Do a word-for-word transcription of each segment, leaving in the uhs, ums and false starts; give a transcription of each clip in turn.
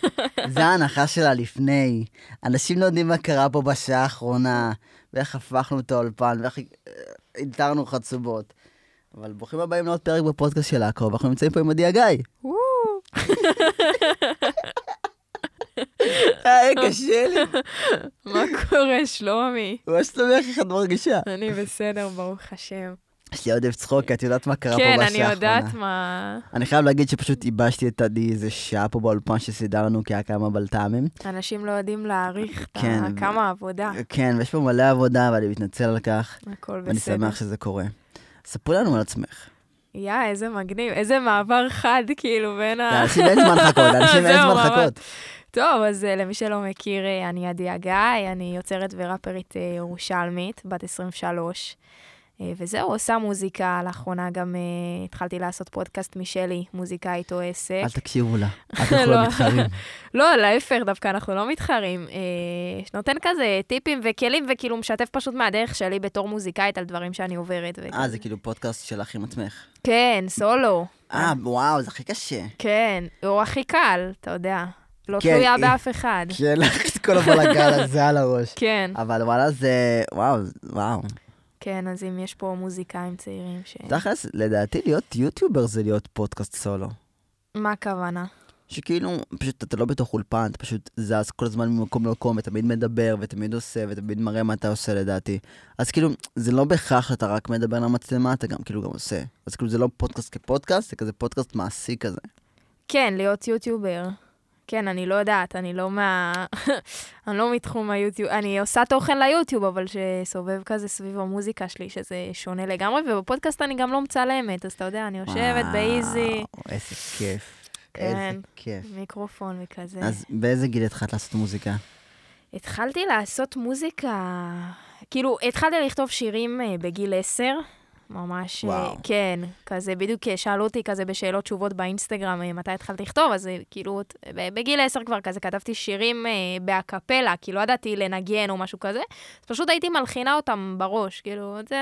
זה ההנחה שלה לפני. אנשים לא יודעים מה קרה פה בשעה האחרונה, ואיך הפכנו את האולפן, ואיך התרנו חצובות. אבל ברוכים הבאים לעוד פרק בפודקאסט של עקוב, אנחנו נמצאים פה עם עדי הגיא. היי, קשה לי. מה קורה, שלומי? מה שלומך, איך את מרגישה? אני בסדר, ברוך השם. יש לי עוד אוהב צחוק, כי את יודעת מה קרה פה בשעה כן, האחרונה. אני יודעת מה... אני חייב להגיד שפשוט ייבשתי את עדי איזה שעה פה באולפן שסידרנו, כי היה כמה בלטמים. אנשים לא יודעים להעריך כן. כמה עבודה. כן, ויש פה מלא עבודה, ואני מתנצל על כך. הכל ואני בסדר. שמח שזה קורה. ספרו לנו על עצמך. יא, איזה מגניב, איזה מעבר חד, כאילו, בין ה... לאנשים אין זמן לחכות, לאנשים אין זהו, זמן ממש. לחכות. טוב, אז uh, למי שלא מכיר, uh, אני עדי הגיא, אני יוצרת וראפרית uh, ירושלמית, בת עשרים ושלוש, uh, וזהו, עושה מוזיקה. לאחרונה גם uh, התחלתי לעשות פודקאסט משלי, מוזיקאית או עסק. אל תקשיבו לה, אנחנו לא מתחרים. לא, להפך, דווקא אנחנו לא מתחרים. Uh, נותן כזה טיפים וכלים, וכאילו משתף פשוט מהדרך שלי בתור מוזיקאית על דברים שאני עוברת. אה, זה כאילו פודקאסט שלך עם עצמך. כן, סולו. אה, וואו, זה הכי קשה. כן, הוא הכי קל, אתה יודע. לא כן, תלויה היא- באף אחד. שיהיה לך את כל הבלגן הזה על הראש. כן, אבל וואלה זה, וואו, וואו. כן, אז אם יש פה מוזיקאים צעירים ש... תכלס, לדעתי להיות יוטיובר זה להיות פודקאסט סולו. מה הכוונה? שכאילו, פשוט אתה לא בתוך אולפן, אתה פשוט זז כל הזמן ממקום למקום, ותמיד מדבר, ותמיד עושה, ותמיד מראה מה אתה עושה לדעתי. אז כאילו, זה לא בהכרח שאתה רק מדבר למצלמה, אתה גם כאילו גם עושה. אז כאילו, זה לא פודקאסט כפודקאסט, זה כזה פודקאסט מעשי כזה. כן, להיות יוטיובר. כן, אני לא יודעת, אני לא מה... אני לא מתחום היוטיוב, אני עושה תוכן ליוטיוב, אבל שסובב כזה סביב המוזיקה שלי, שזה שונה לגמרי, ובפודקאסט אני גם לא מצלמת, אז אתה יודע, אני יושבת באיזי, וואו, איזה כיף. כן. איזה כיף. מיקרופון וכזה. אז באיזה גיל התחלת לעשות מוזיקה? התחלתי לעשות מוזיקה, כאילו, התחלתי לכתוב שירים אה, בגיל עשר, ממש, אה, וואו. כן, כזה, בדיוק אה, שאלו אותי כזה בשאלות תשובות באינסטגרם, אה, מתי התחלתי לכתוב, אז אה, כאילו, ת- ב- בגיל עשר כבר כזה כתבתי שירים אה, באקפלה, כאילו, לא ידעתי לנגן או משהו כזה, אז פשוט הייתי מלחינה אותם בראש, כאילו, את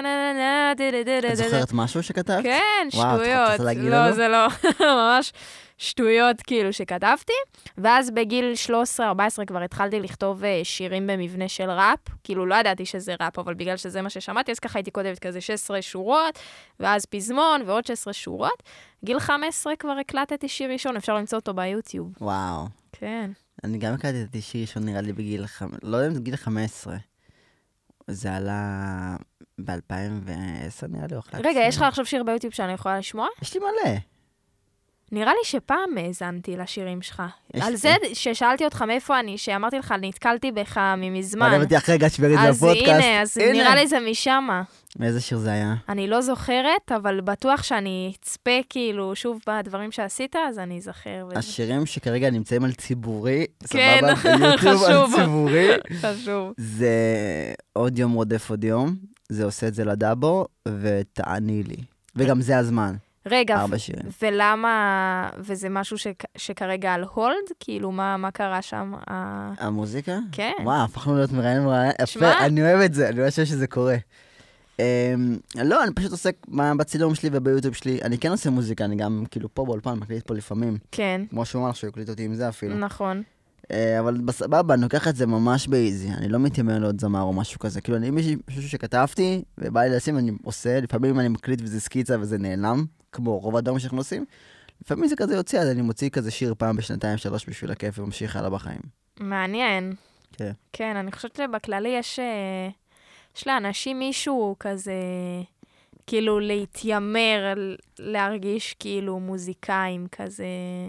זוכרת משהו שכתבת? כן, וואו, את שטויות. רוצה להגיד לא, לנו? זה לא. ממש שטויות כאילו שכתבתי. ואז בגיל שלוש עשרה ארבע עשרה כבר התחלתי לכתוב אה, שירים במבנה של ראפ. כאילו לא ידעתי שזה ראפ, אבל בגלל שזה מה ששמעתי, אז ככה הייתי כותבת כזה שש עשרה שורות, ואז פזמון ועוד שש עשרה שורות. גיל חמש עשרה כבר הקלטתי שיר ראשון, אפשר למצוא אותו ביוטיוב. וואו. כן. אני גם הקלטתי שיר ראשון נראה לי בגיל, חמ- לא יודע אם זה גיל חמש עשרה. זה עלה ב-אלפיים ועשר נראה לי, או אחת עשרה. רגע, יש לך עכשיו שיר ביוטיוב שאני יכולה לשמוע? יש לי מלא. נראה לי שפעם האזנתי לשירים שלך. יש על לי. זה ששאלתי אותך מאיפה אני, שאמרתי לך, נתקלתי בך ממזמן. מעלה אותי אחרי רגע שפגעתי אז בפודקאסט. הנה, אז הנה. נראה לי זה משמה. מאיזה שיר זה היה? אני לא זוכרת, אבל בטוח שאני אצפה כאילו שוב בדברים שעשית, אז אני אזכר. וזה. השירים שכרגע נמצאים על ציבורי, כן, סבבה, ביוטיוב על חשוב. ציבורי, חשוב. זה עוד יום רודף עוד יום, זה עושה את זה לדאבו, ותעני לי. וגם זה הזמן, רגע, ארבע שירים. ולמה, וזה משהו שכ- שכרגע על הולד? כאילו, מה מה קרה שם? ה- המוזיקה? כן. וואו, הפכנו להיות מראיין מראיין. שמע. יפה, אני אוהב את זה, אני חושב שזה קורה. אמ, לא, אני פשוט עוסק מה- בצילום שלי וביוטיוב שלי. אני כן עושה מוזיקה, אני גם כאילו פה באולפן, מקליט פה לפעמים. כן, כמו שהוא אמר לך שהוא יקליט אותי עם זה אפילו. נכון. אה, אבל בסבבה, אני לוקח את זה ממש באיזי. אני לא מתיימר להיות זמר או משהו כזה. כאילו, אני מישהו מישהו שכתבתי, ובא לי לשים, אני עושה, לפעמים אני מקליט וזה סקיצה וזה נעלם, כמו רוב הדברים שאנחנו עושים. לפעמים זה כזה יוצא, אז אני מוציא כזה שיר פעם בשנתיים, שלוש בשביל הכיף, וממשיך הלאה בחיים. מעניין. כן. כן, אני חושבת שבכללי יש, אה, יש לאנשים מישהו כזה, כאילו להתיימר, ל- להרגיש כאילו מוזיקאים כזה,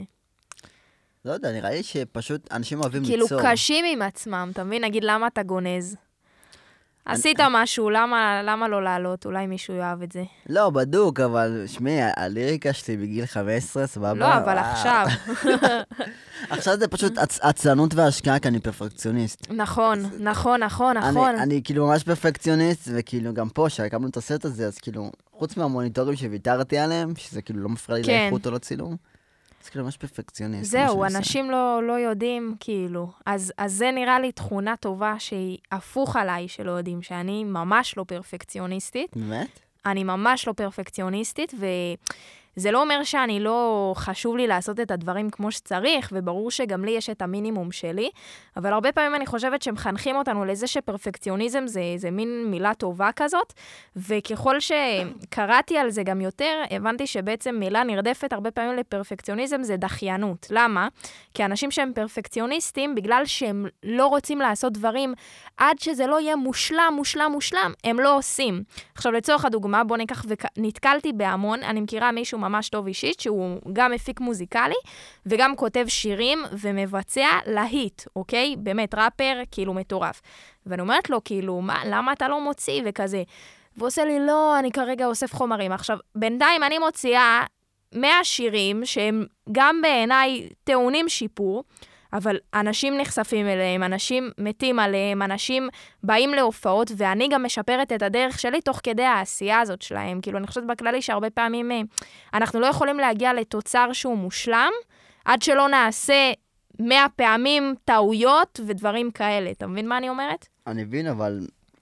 לא יודע, נראה לי שפשוט אנשים אוהבים כאילו ליצור. קשים עם עצמם, אתה מבין? נגיד, למה אתה גונז? עשית משהו, למה, למה לא לעלות? אולי מישהו יאהב את זה. לא, בדוק, אבל שמי, הליריקה שלי בגיל חמש עשרה, סבבה? לא, אבל וואו. עכשיו. עכשיו זה פשוט עצ- עצלנות והשקעה, כי אני פרפקציוניסט. נכון, נכון, נכון, נכון. אני, אני כאילו ממש פרפקציוניסט, וכאילו גם פה, שהקמנו את הסרט הזה, אז כאילו, חוץ מהמוניטורים שוויתרתי עליהם, שזה כאילו לא מפריע לי כן. לאיכות או לצילום, אז כאילו ממש פרפקציוניסט. זהו, מה שאני עושה. אנשים לא, לא יודעים, כאילו. אז, אז זה נראה לי תכונה טובה שהיא הפוך עליי שלא יודעים, שאני ממש לא פרפקציוניסטית. באמת? אני ממש לא פרפקציוניסטית, זה לא אומר שאני לא חשוב לי לעשות את הדברים כמו שצריך, וברור שגם לי יש את המינימום שלי, אבל הרבה פעמים אני חושבת שמחנכים אותנו לזה שפרפקציוניזם זה, זה מין מילה טובה כזאת, וככל שקראתי על זה גם יותר, הבנתי שבעצם מילה נרדפת הרבה פעמים לפרפקציוניזם זה דחיינות. למה? כי אנשים שהם פרפקציוניסטים, בגלל שהם לא רוצים לעשות דברים עד שזה לא יהיה מושלם, מושלם, מושלם, הם לא עושים. עכשיו, לצורך הדוגמה, בוא ניקח ונתקלתי בהמון, אני מכירה מישהו ממש טוב אישית, שהוא גם מפיק מוזיקלי, וגם כותב שירים ומבצע להיט, אוקיי? באמת, ראפר, כאילו מטורף. ואני אומרת לו, כאילו, מה, למה אתה לא מוציא? וכזה. והוא עושה לי, לא, אני כרגע אוסף חומרים. עכשיו, בינתיים אני מוציאה מאה שירים, שהם גם בעיניי טעונים שיפור, אבל אנשים נחשפים אליהם, אנשים מתים עליהם, אנשים באים להופעות, ואני גם משפרת את הדרך שלי תוך כדי העשייה הזאת שלהם. כאילו, אני חושבת בכללי שהרבה פעמים אנחנו לא יכולים להגיע לתוצר שהוא מושלם, עד שלא נעשה מאה פעמים טעויות ודברים כאלה. אתה מבין מה אני אומרת? אני מבין, אבל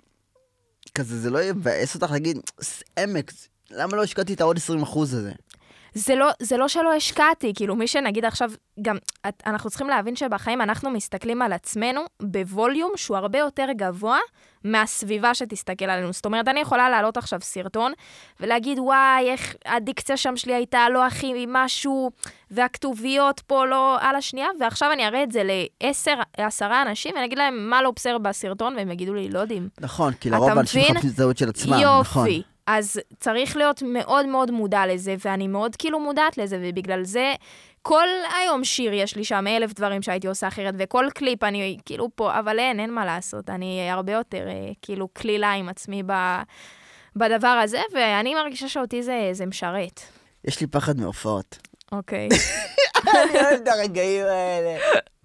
כזה זה לא יבאס אותך להגיד, עמק, למה לא השקעתי את העוד עשרים אחוז הזה? זה לא, זה לא שלא השקעתי, כאילו מי שנגיד עכשיו, גם את, אנחנו צריכים להבין שבחיים אנחנו מסתכלים על עצמנו בווליום שהוא הרבה יותר גבוה מהסביבה שתסתכל עלינו. זאת אומרת, אני יכולה לעלות עכשיו סרטון ולהגיד, וואי, איך הדיקציה שם שלי הייתה לא הכי משהו, והכתוביות פה לא על השנייה, ועכשיו אני אראה את זה לעשר, עשרה אנשים, ואני אגיד להם מה לא בסדר בסרטון, והם יגידו לי, לא יודעים. נכון, כי לרוב אנשים חפשים את זהות של עצמם, נכון. יופי. אז צריך להיות מאוד מאוד מודע לזה, ואני מאוד כאילו מודעת לזה, ובגלל זה כל היום שיר יש לי שם אלף דברים שהייתי עושה אחרת, וכל קליפ אני כאילו פה, אבל אין, אין מה לעשות. אני הרבה יותר כאילו כלילה עם עצמי ב, בדבר הזה, ואני מרגישה שאותי זה, זה משרת. יש לי פחד מהופעות. אוקיי. אני אוהב את הרגעים האלה.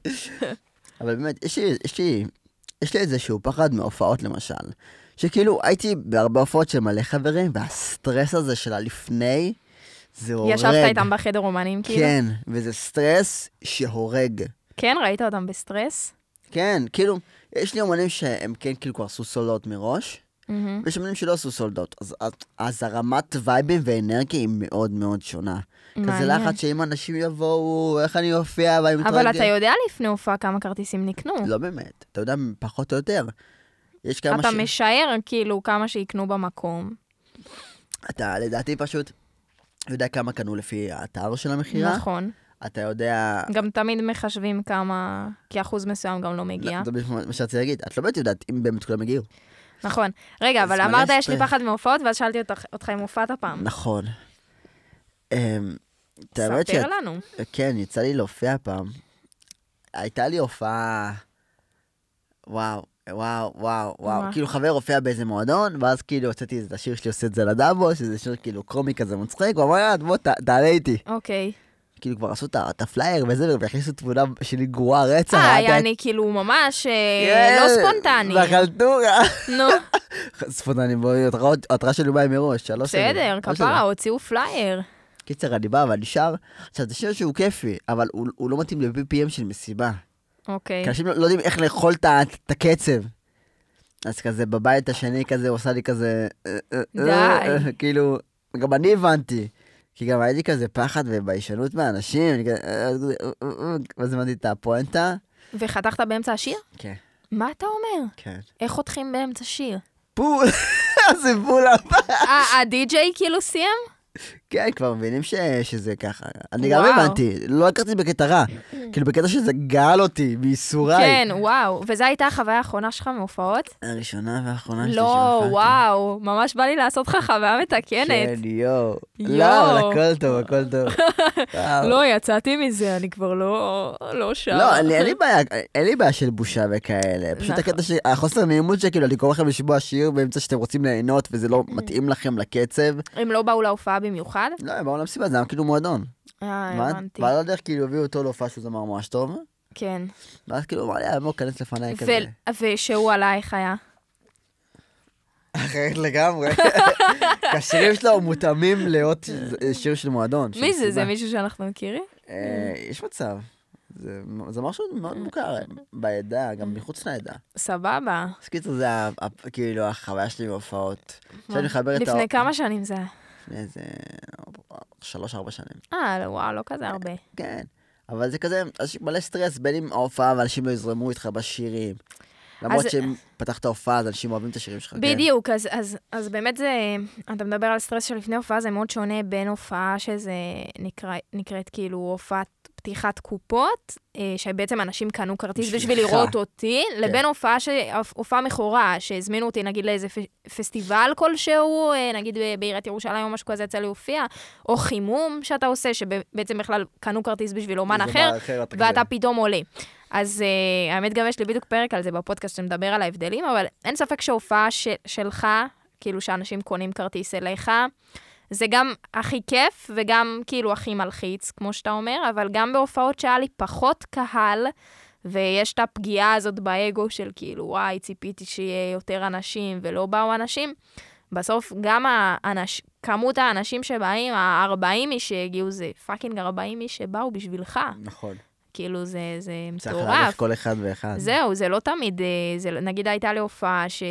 אבל באמת, יש לי, יש לי, יש לי איזשהו פחד מהופעות למשל. שכאילו הייתי בהרבה הופעות של מלא חברים, והסטרס הזה שלה לפני, זה הורג. ישבת איתם בחדר אומנים כאילו? כן, וזה סטרס שהורג. כן, ראית אותם בסטרס? כן, כאילו, יש לי אומנים שהם כן כאילו כבר עשו סולדות מראש, ויש אומנים שלא עשו סולדות, אז, אז, אז הרמת וייבים ואנרגיה היא מאוד מאוד שונה. כזה לחץ שאם אנשים יבואו, איך אני אופיע, ואני מתרגל. אבל אתה יודע לפני הופעה כמה כרטיסים נקנו? לא באמת, אתה יודע פחות או יותר. אתה ש... משער כאילו כמה שיקנו במקום. אתה לדעתי פשוט יודע כמה קנו לפי האתר של המחירה. נכון. אתה יודע... גם תמיד מחשבים כמה, כי אחוז מסוים גם לא מגיע. זה מה שרציתי להגיד, את לא באמת יודעת אם באמת כולם הגיעו. נכון. רגע, אבל אמרת יש לי פחד מהופעות, ואז שאלתי אותך אם הופעת הפעם. נכון. ספר לנו. כן, יצא לי להופיע פעם. הייתה לי הופעה... וואו. וואו, וואו, וואו. כאילו חבר הופיע באיזה מועדון, ואז כאילו הוצאתי את השיר שלי עושה את זה לדאבו, שזה שיר כאילו קרומי כזה מצחיק, הוא אמר, יאללה, בוא, תעלה איתי. אוקיי. כאילו כבר עשו את הפלייר וזה, והכניסו תמונה שלי גרועה רצח. אה, יעני, כאילו ממש לא ספונטני. בחלטורה. נו. ספונטני, בואי, התראה שלי באה מראש. בסדר, כפרה, הוציאו פלייר. קיצר, אני בא ואני שר. עכשיו, זה שיר שהוא כיפי, אבל הוא לא מתאים ל-בי פי אם של מסיבה. אוקיי. כי אנשים לא יודעים איך לאכול את הקצב. אז כזה, בבית השני כזה, הוא עושה לי כזה... די. כאילו, גם אני הבנתי. כי גם הייתי כזה פחד וביישנות מהאנשים. ואז הבנתי את הפואנטה. וחתכת באמצע השיר? כן. מה אתה אומר? כן. איך חותכים באמצע שיר? פול. זה פול הבא. הדי-ג'יי כאילו סיים? כן, כבר מבינים שזה ככה. אני גם הבנתי, לא הכרתי בקטע רע. כאילו בקטע שזה גאל אותי, בייסוריי. כן, וואו. וזו הייתה החוויה האחרונה שלך מהופעות? הראשונה והאחרונה שלי לא, וואו. ממש בא לי לעשות לך חוויה מתקנת. כן, יו. לא, הכל טוב, הכל טוב. לא, יצאתי מזה, אני כבר לא שם. לא, אין לי בעיה של בושה וכאלה. פשוט הקטע שהחוסר נעימות שכאילו, אני קורא לכם לשבוע שיר באמצע שאתם רוצים ליהנות, וזה לא מתאים לכם לקצב. הם לא באו להופעה במיוחד? לא, הם באו למסיבה, זה היה כאילו מועדון. אה, הבנתי. ועל הדרך כאילו הביאו אותו להופעה שהוא זמר ממש טוב. כן. ואז כאילו אמר לי, בוא, כנס לפניי כזה. ושהוא עלייך היה? אחרת לגמרי. כי השירים שלו מותאמים להיות שיר של מועדון. מי זה? זה מישהו שאנחנו מכירים? יש מצב. זה משהו מאוד מוכר בעדה, גם מחוץ לעדה. סבבה. אז קיצור, זה כאילו החוויה שלי בהופעות. לפני כמה שנים זה היה? לפני איזה שלוש, ארבע שנים. אה, וואו, לא כזה הרבה. כן, אבל זה כזה, מלא סטרס, בין עם ההופעה, ואנשים לא יזרמו איתך בשירים. למרות אז- שאם פתחת הופעה, אז אנשים אוהבים את השירים שלך, כן? בדיוק, אז, אז, אז באמת זה, אתה מדבר על סטרס של לפני הופעה, זה מאוד שונה בין הופעה שזה נקרא, נקראת כאילו הופעת פתיחת קופות, אה, שבעצם אנשים קנו כרטיס בשביל בשבילך. לראות אותי, כן. לבין הופעה, ש... הופעה מכורה, שהזמינו אותי נגיד לאיזה פ... פסטיבל כלשהו, אה, נגיד ב- בעיריית ירושלים או משהו כזה יצא להופיע, או חימום שאתה עושה, שבעצם בכלל קנו כרטיס בשביל אומן זה אחר, מה אחר, אתה ואתה כזה. פתאום עולה. אז uh, האמת גם יש לי בדיוק פרק על זה בפודקאסט שמדבר על ההבדלים, אבל אין ספק שההופעה ש- שלך, כאילו שאנשים קונים כרטיס אליך, זה גם הכי כיף וגם כאילו הכי מלחיץ, כמו שאתה אומר, אבל גם בהופעות שהיה לי פחות קהל, ויש את הפגיעה הזאת באגו של כאילו, וואי, ציפיתי שיהיה יותר אנשים ולא באו אנשים, בסוף גם האנש... כמות האנשים שבאים, ה-ארבעים איש שהגיעו, זה פאקינג ארבעים איש שבאו בשבילך. נכון. כאילו זה, זה צריך להעריך מטורף. כל אחד ואחד. זהו, זה לא תמיד, אה, זה, נגיד הייתה לי הופעה ש...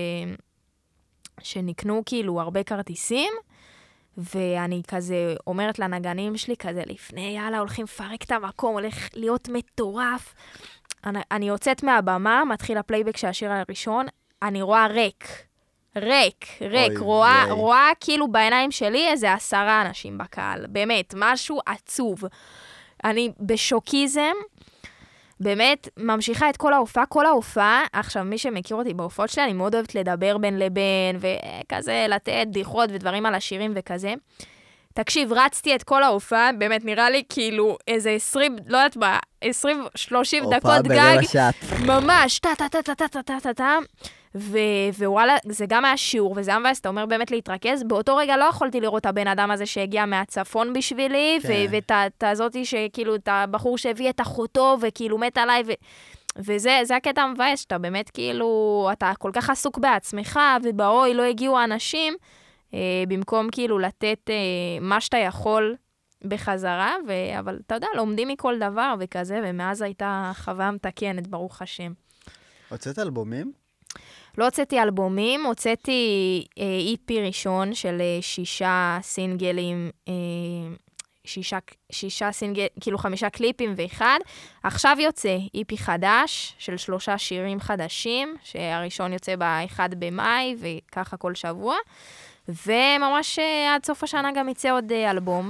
שנקנו כאילו הרבה כרטיסים, ואני כזה אומרת לנגנים שלי כזה, לפני, יאללה, הולכים לפרק את המקום, הולך להיות מטורף. אני, אני יוצאת מהבמה, מתחיל הפלייבק של השיר הראשון, אני רואה ריק. ריק, ריק, אוי, רואה, ויי. רואה כאילו בעיניים שלי איזה עשרה אנשים בקהל, באמת, משהו עצוב. אני בשוקיזם, באמת ממשיכה את כל ההופעה, כל ההופעה, עכשיו מי שמכיר אותי בהופעות שלי, אני מאוד אוהבת לדבר בין לבין, וכזה לתת בדיחות ודברים על השירים וכזה. תקשיב, רצתי את כל ההופעה, באמת נראה לי כאילו איזה עשרים, לא יודעת מה, עשרים שלושים דקות גג. הופעה ברבע שעת. ממש, טה טה טה טה טה טה טה טה טה. ו- ווואלה, זה גם היה שיעור, וזה היה מבאס, אתה אומר באמת להתרכז. באותו רגע לא יכולתי לראות את הבן אדם הזה שהגיע מהצפון בשבילי, כן. ו- ואת ה- את הזאתי שכאילו, את הבחור שהביא את אחותו, וכאילו מת עליי, ו- וזה זה הקטע המבאס, שאתה באמת כאילו, אתה כל כך עסוק בעצמך, ובאוי לא הגיעו האנשים, אה, במקום כאילו לתת אה, מה שאתה יכול בחזרה, ו- אבל אתה יודע, לומדים מכל דבר וכזה, ומאז הייתה חוויה מתקנת, ברוך השם. הוצאת אלבומים? לא הוצאתי אלבומים, הוצאתי אי פי ראשון של אה, שישה סינגלים, אה, שישה, שישה סינגל, כאילו חמישה קליפים ואחד. עכשיו יוצא אי פי חדש של שלושה שירים חדשים, שהראשון יוצא ב-אחד במאי, וככה כל שבוע. וממש אה, עד סוף השנה גם יצא עוד אה, אלבום.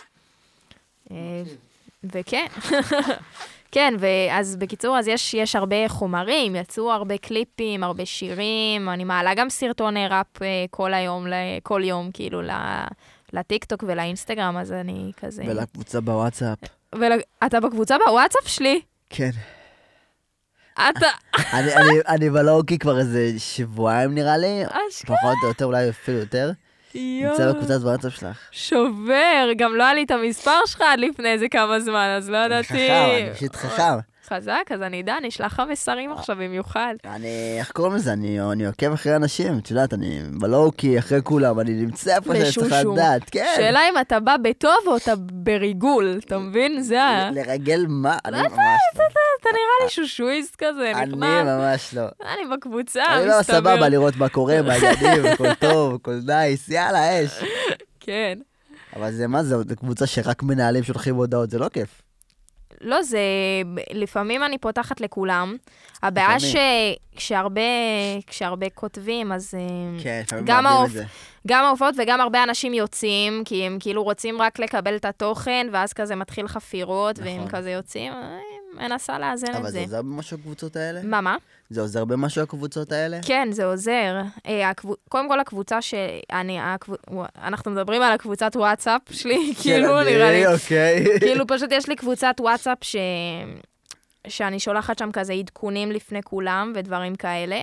אה, וכן. כן, ואז בקיצור, אז יש, יש הרבה חומרים, יצאו הרבה קליפים, הרבה שירים, אני מעלה גם סרטוני ראפ אה, כל היום, כל יום, כאילו, לטיקטוק ולאינסטגרם, אז אני כזה... ולקבוצה בוואטסאפ. ול... אתה בקבוצה בוואטסאפ שלי? כן. אתה... אני, אני, אני בלואוקי כבר איזה שבועיים נראה לי, אשכרה. פחות או יותר, אולי אפילו יותר. נמצא יואו, בקבוצת וואטסאפ שלך. שובר, גם לא היה לי את המספר שלך עד לפני איזה כמה זמן, אז לא ידעתי. חכם, אני פשוט חכם. חזק, אז אני אדע, אני אשלח לך מסרים עכשיו במיוחד. אני, איך קוראים לזה? אני, אני עוקב אחרי אנשים, את יודעת, אני בלואוקי אחרי כולם, אני נמצא איפה שאני צריך בשושו. לדעת, כן. שאלה אם אתה בא בטוב או אתה בריגול, אתה מבין? זה ה... לרגל מה? אני ממש לא. אתה נראה לי שושואיסט כזה, אני נחמד. ממש לא. אני בקבוצה, אני לא מסתבר. סבבה לראות מה קורה, מה העניינים, הכל טוב, הכל נייס, יאללה, אש. כן. אבל זה מה זה, זו קבוצה שרק מנהלים שולחים הודעות, זה לא כיף. לא, זה... לפעמים אני פותחת לכולם. הבעיה שכשהרבה כשהרבה כותבים, אז... כן, לפעמים גם מאבדים ההופ- את זה. גם ההופעות וגם הרבה אנשים יוצאים, כי הם כאילו רוצים רק לקבל את התוכן, ואז כזה מתחיל חפירות, והם נכון. כזה יוצאים. אני מנסה לאזן אבל את זה זה. עוזר במשהו הקבוצות האלה? מה, מה? זה עוזר במשהו הקבוצות האלה? כן, זה עוזר. אה, הקבוצ... קודם כל הקבוצה שאני... הקב... אנחנו מדברים על הקבוצת וואטסאפ שלי, כאילו נראה לי. אוקיי. כאילו פשוט יש לי קבוצת וואטסאפ ש... שאני שולחת שם כזה עדכונים לפני כולם ודברים כאלה.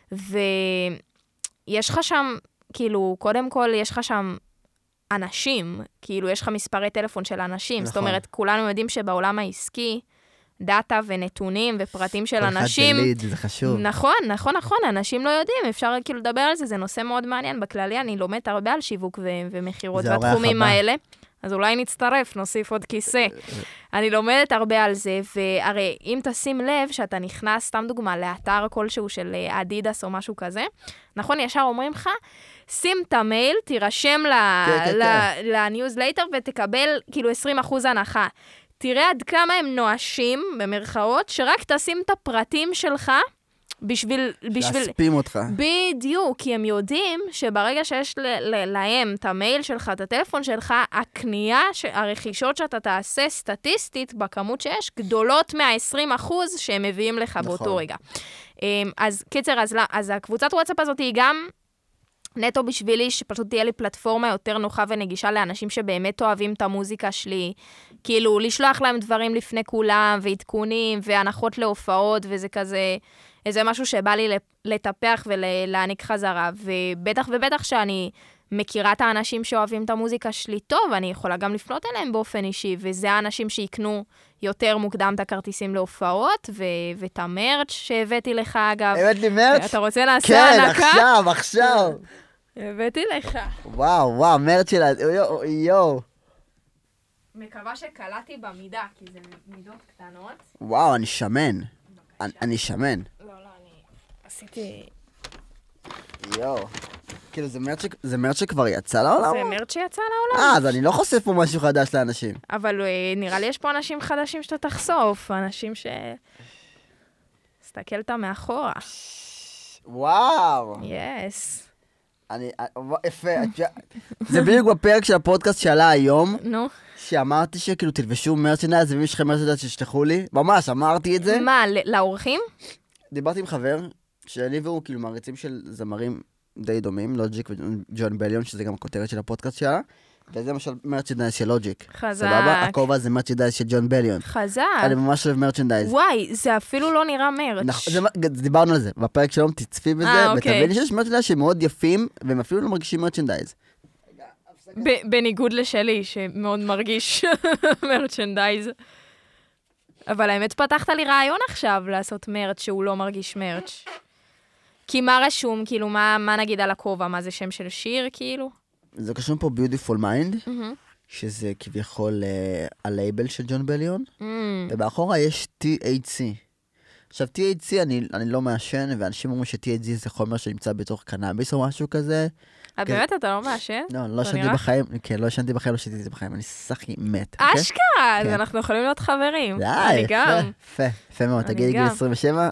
ויש לך שם, כאילו, קודם כל יש לך שם אנשים, כאילו יש לך מספרי טלפון של אנשים. זאת נכון. אומרת, כולנו יודעים שבעולם העסקי, דאטה ונתונים ופרטים של כל אחד אנשים... זה ליד, זה חשוב. נכון, נכון, נכון, אנשים לא יודעים, אפשר כאילו לדבר על זה, זה נושא מאוד מעניין. בכללי אני לומדת הרבה על שיווק ו- ומחירות זה האורח והתחומים הבא. האלה, אז אולי נצטרף, נוסיף עוד כיסא. אני לומדת הרבה על זה, והרי אם תשים לב שאתה נכנס, סתם דוגמה, לאתר כלשהו של אדידס או משהו כזה, נכון, ישר אומרים לך, שים את המייל, תירשם לניוזלייטר ותקבל כאילו עשרים אחוז הנחה. תראה עד כמה הם נואשים, במרכאות, שרק תשים את הפרטים שלך, בשביל... להספים אותך. בדיוק, כי הם יודעים שברגע שיש להם את המייל שלך, את הטלפון שלך, הקנייה, הרכישות שאתה תעשה סטטיסטית בכמות שיש, גדולות מה-עשרים אחוז שהם מביאים לך באותו רגע. אז קיצר, אז הקבוצת וואטסאפ הזאת היא גם נטו בשבילי, שפשוט תהיה לי פלטפורמה יותר נוחה ונגישה לאנשים שבאמת אוהבים את המוזיקה שלי, כאילו לשלוח להם דברים לפני כולם, ועדכונים, והנחות להופעות, וזה כזה... איזה משהו שבא לי לטפח ולהעניק חזרה, ובטח ובטח שאני מכירה את האנשים שאוהבים את המוזיקה שלי טוב, אני יכולה גם לפנות אליהם באופן אישי, וזה האנשים שיקנו יותר מוקדם את הכרטיסים להופעות, ו- ואת המרץ' שהבאתי לך אגב. הבאת לי מרץ'? אתה רוצה לעשות כן, הנקה? כן, עכשיו, עכשיו. הבאתי לך. וואו, וואו, מרץ' שלה, יו, יו. מקווה שקלעתי במידה, כי זה מידות קטנות. וואו, אני שמן. אני שמן. לא, לא, אני עשיתי... יואו. כאילו, זה מרץ שכבר יצא לעולם? זה מרץ שיצא לעולם. אה, אז אני לא חושף פה משהו חדש לאנשים. אבל נראה לי יש פה אנשים חדשים שאתה תחשוף, אנשים ש... הסתכלת מאחורה. וואו. יס. אני... יפה. זה בדיוק בפרק של הפודקאסט שעלה היום. נו. שאמרתי שכאילו תלבשו מרצ'נדייז, ואם יש לכם מרצ'נדייז ששלחו לי, ממש, אמרתי את זה. מה, לאורחים? דיברתי עם חבר, שאני והוא כאילו מעריצים של זמרים די דומים, לוג'יק וג'ון בליון, שזה גם הכותרת של הפודקאסט שלה, וזה למשל מרצ'נדייז של לוג'יק. חזק. סבבה? הכובע זה מרצ'נדייז של ג'ון בליון. חזק. אני ממש אוהב מרצ'נדייז. וואי, זה אפילו לא נראה מרץ'. נכון, דיברנו על זה, בפרק שלום תצפי בזה, ותביני שיש מרצ'נדייז שמאוד יפים, והם אפילו לא מרגישים מרצ'נדייז. בניגוד לשלי, שמאוד מרגיש מרצ'נדייז. אבל האמת פתחת לי רעיון עכשיו לעשות מרץ' שהוא לא מרגיש מרץ'. כי מה רשום, כאילו, מה, מה נגיד על הכובע? מה זה שם של שיר, כאילו? זה קשור פה Beautiful Mind, שזה כביכול הלייבל של ג'ון בליון, ובאחורה יש טי אייץ' סי. עכשיו, טי אייץ' סי אני, אני לא מעשן, ואנשים אומרים ש-טי אייץ' סי זה חומר שנמצא בתוך קנאביס או משהו כזה. באמת אתה לא מעשן? לא, לא שנתי בחיים, כן, לא שנתי בחיים, לא שתיתי בחיים, אני סחי מת. אשכרה, אז אנחנו יכולים להיות חברים. די, יפה, יפה, יפה מאוד, תגידי גיל עשרים ושבע.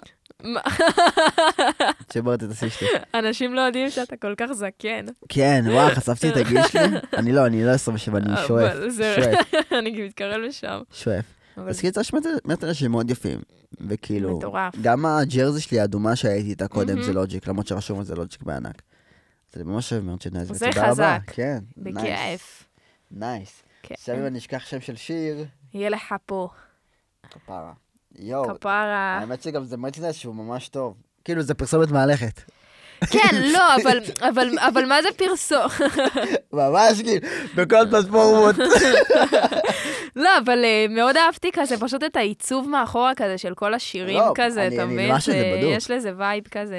שברת את הסי שלי. אנשים לא יודעים שאתה כל כך זקן. כן, וואו, חשפתי את הגיל שלי. אני לא, אני לא עשרים ושבע, אני שואף. אני מתקרב לשם. שואף. אז כאילו יש מטר שמאוד יפים. וכאילו, מטורף. גם הג'רזי שלי, האדומה שהייתי איתה קודם, זה לוג'יק, למרות שרשום על זה לוג'יק בענק. זה ממש אוהב מרצ'נדייז. זה חזק. כן, בכיף. נייס. עכשיו אם אני אשכח שם של שיר. יהיה לך פה. כפרה. יואו. כפרה. האמת שגם זה מרצ'נדייז שהוא ממש טוב. כאילו זה פרסומת מהלכת. כן, לא, אבל, אבל, אבל מה זה פרסום? ממש כאילו, בכל פלטפורמות. לא, אבל מאוד אהבתי כזה, פשוט את העיצוב מאחורה כזה של כל השירים כזה, אתה מבין? יש לזה וייב כזה.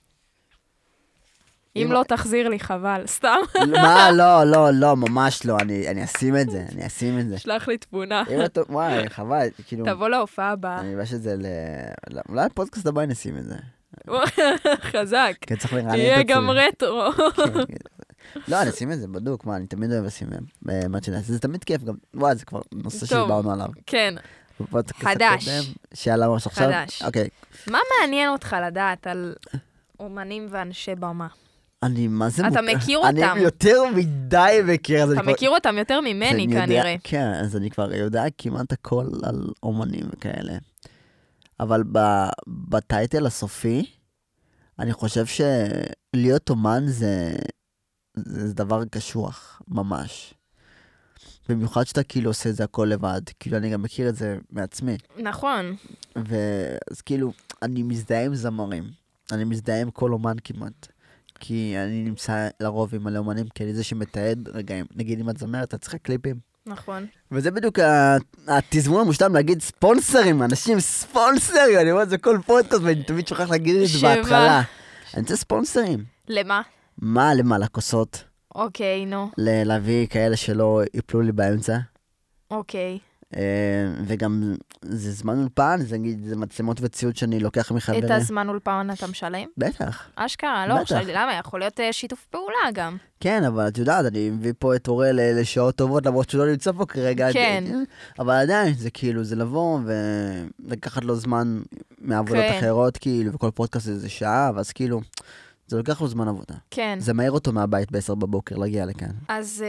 אם לא תחזיר לי, חבל, סתם. מה? לא, לא, לא, ממש לא, אני אשים את זה, אני אשים את זה. שלח לי תמונה. וואי, חבל, כאילו. תבוא להופעה הבאה. אני אבש את זה ל... אולי הפודקאסט הבא נשים את זה. חזק. כן, צריך לרענן את יהיה עצמי. גם רטרו. לא, אני אשים את זה בדוק, מה, אני תמיד אוהב לשים מרצ'נדייז, זה תמיד כיף גם, וואי, זה כבר נושא שדיברנו עליו. כן. חדש. שאלה ממש עכשיו. חדש. אוקיי. מה מעניין אותך לדעת על אומנים ואנשי במה? אני, מה זה... אתה מכיר אותם. אני יותר מדי מכיר. אתה מכיר אותם יותר ממני כנראה. כן, אז אני כבר יודע כמעט הכל על אומנים וכאלה. אבל בטייטל הסופי, אני חושב שלהיות אומן זה, זה דבר קשוח, ממש. במיוחד שאתה כאילו עושה את זה הכל לבד, כאילו אני גם מכיר את זה מעצמי. נכון. ואז כאילו, אני מזדהה עם זמרים, אני מזדהה עם כל אומן כמעט. כי אני נמצא לרוב עם מלא אומנים, כי אני זה שמתעד רגעים. נגיד אם את זמרת, אתה צריכה קליפים. נכון. וזה בדיוק התזמון המושלם להגיד ספונסרים, אנשים ספונסרים, אני אומר את זה כל פודקאסט, ואני תמיד שוכח להגיד את זה בהתחלה. אני רוצה ספונסרים. למה? מה? למה? לכוסות. אוקיי, נו. להביא כאלה שלא יפלו לי באמצע. אוקיי. וגם זה זמן אולפן, זה נגיד, זה מצלמות וציוד שאני לוקח מחברים. את הזמן אולפן אתה משלם? בטח. אשכרה, לא, עכשיו, למה? יכול להיות שיתוף פעולה גם. כן, אבל את יודעת, אני מביא פה את אורל לשעות טובות, למרות שהוא לא נמצא פה כרגע. כן. אבל עדיין, זה כאילו, זה לבוא ולקחת לו זמן מעבודות אחרות, כאילו, וכל פודקאסט זה שעה, ואז כאילו, זה לוקח לו זמן עבודה. כן. זה מהיר אותו מהבית בעשר בבוקר להגיע לכאן. אז,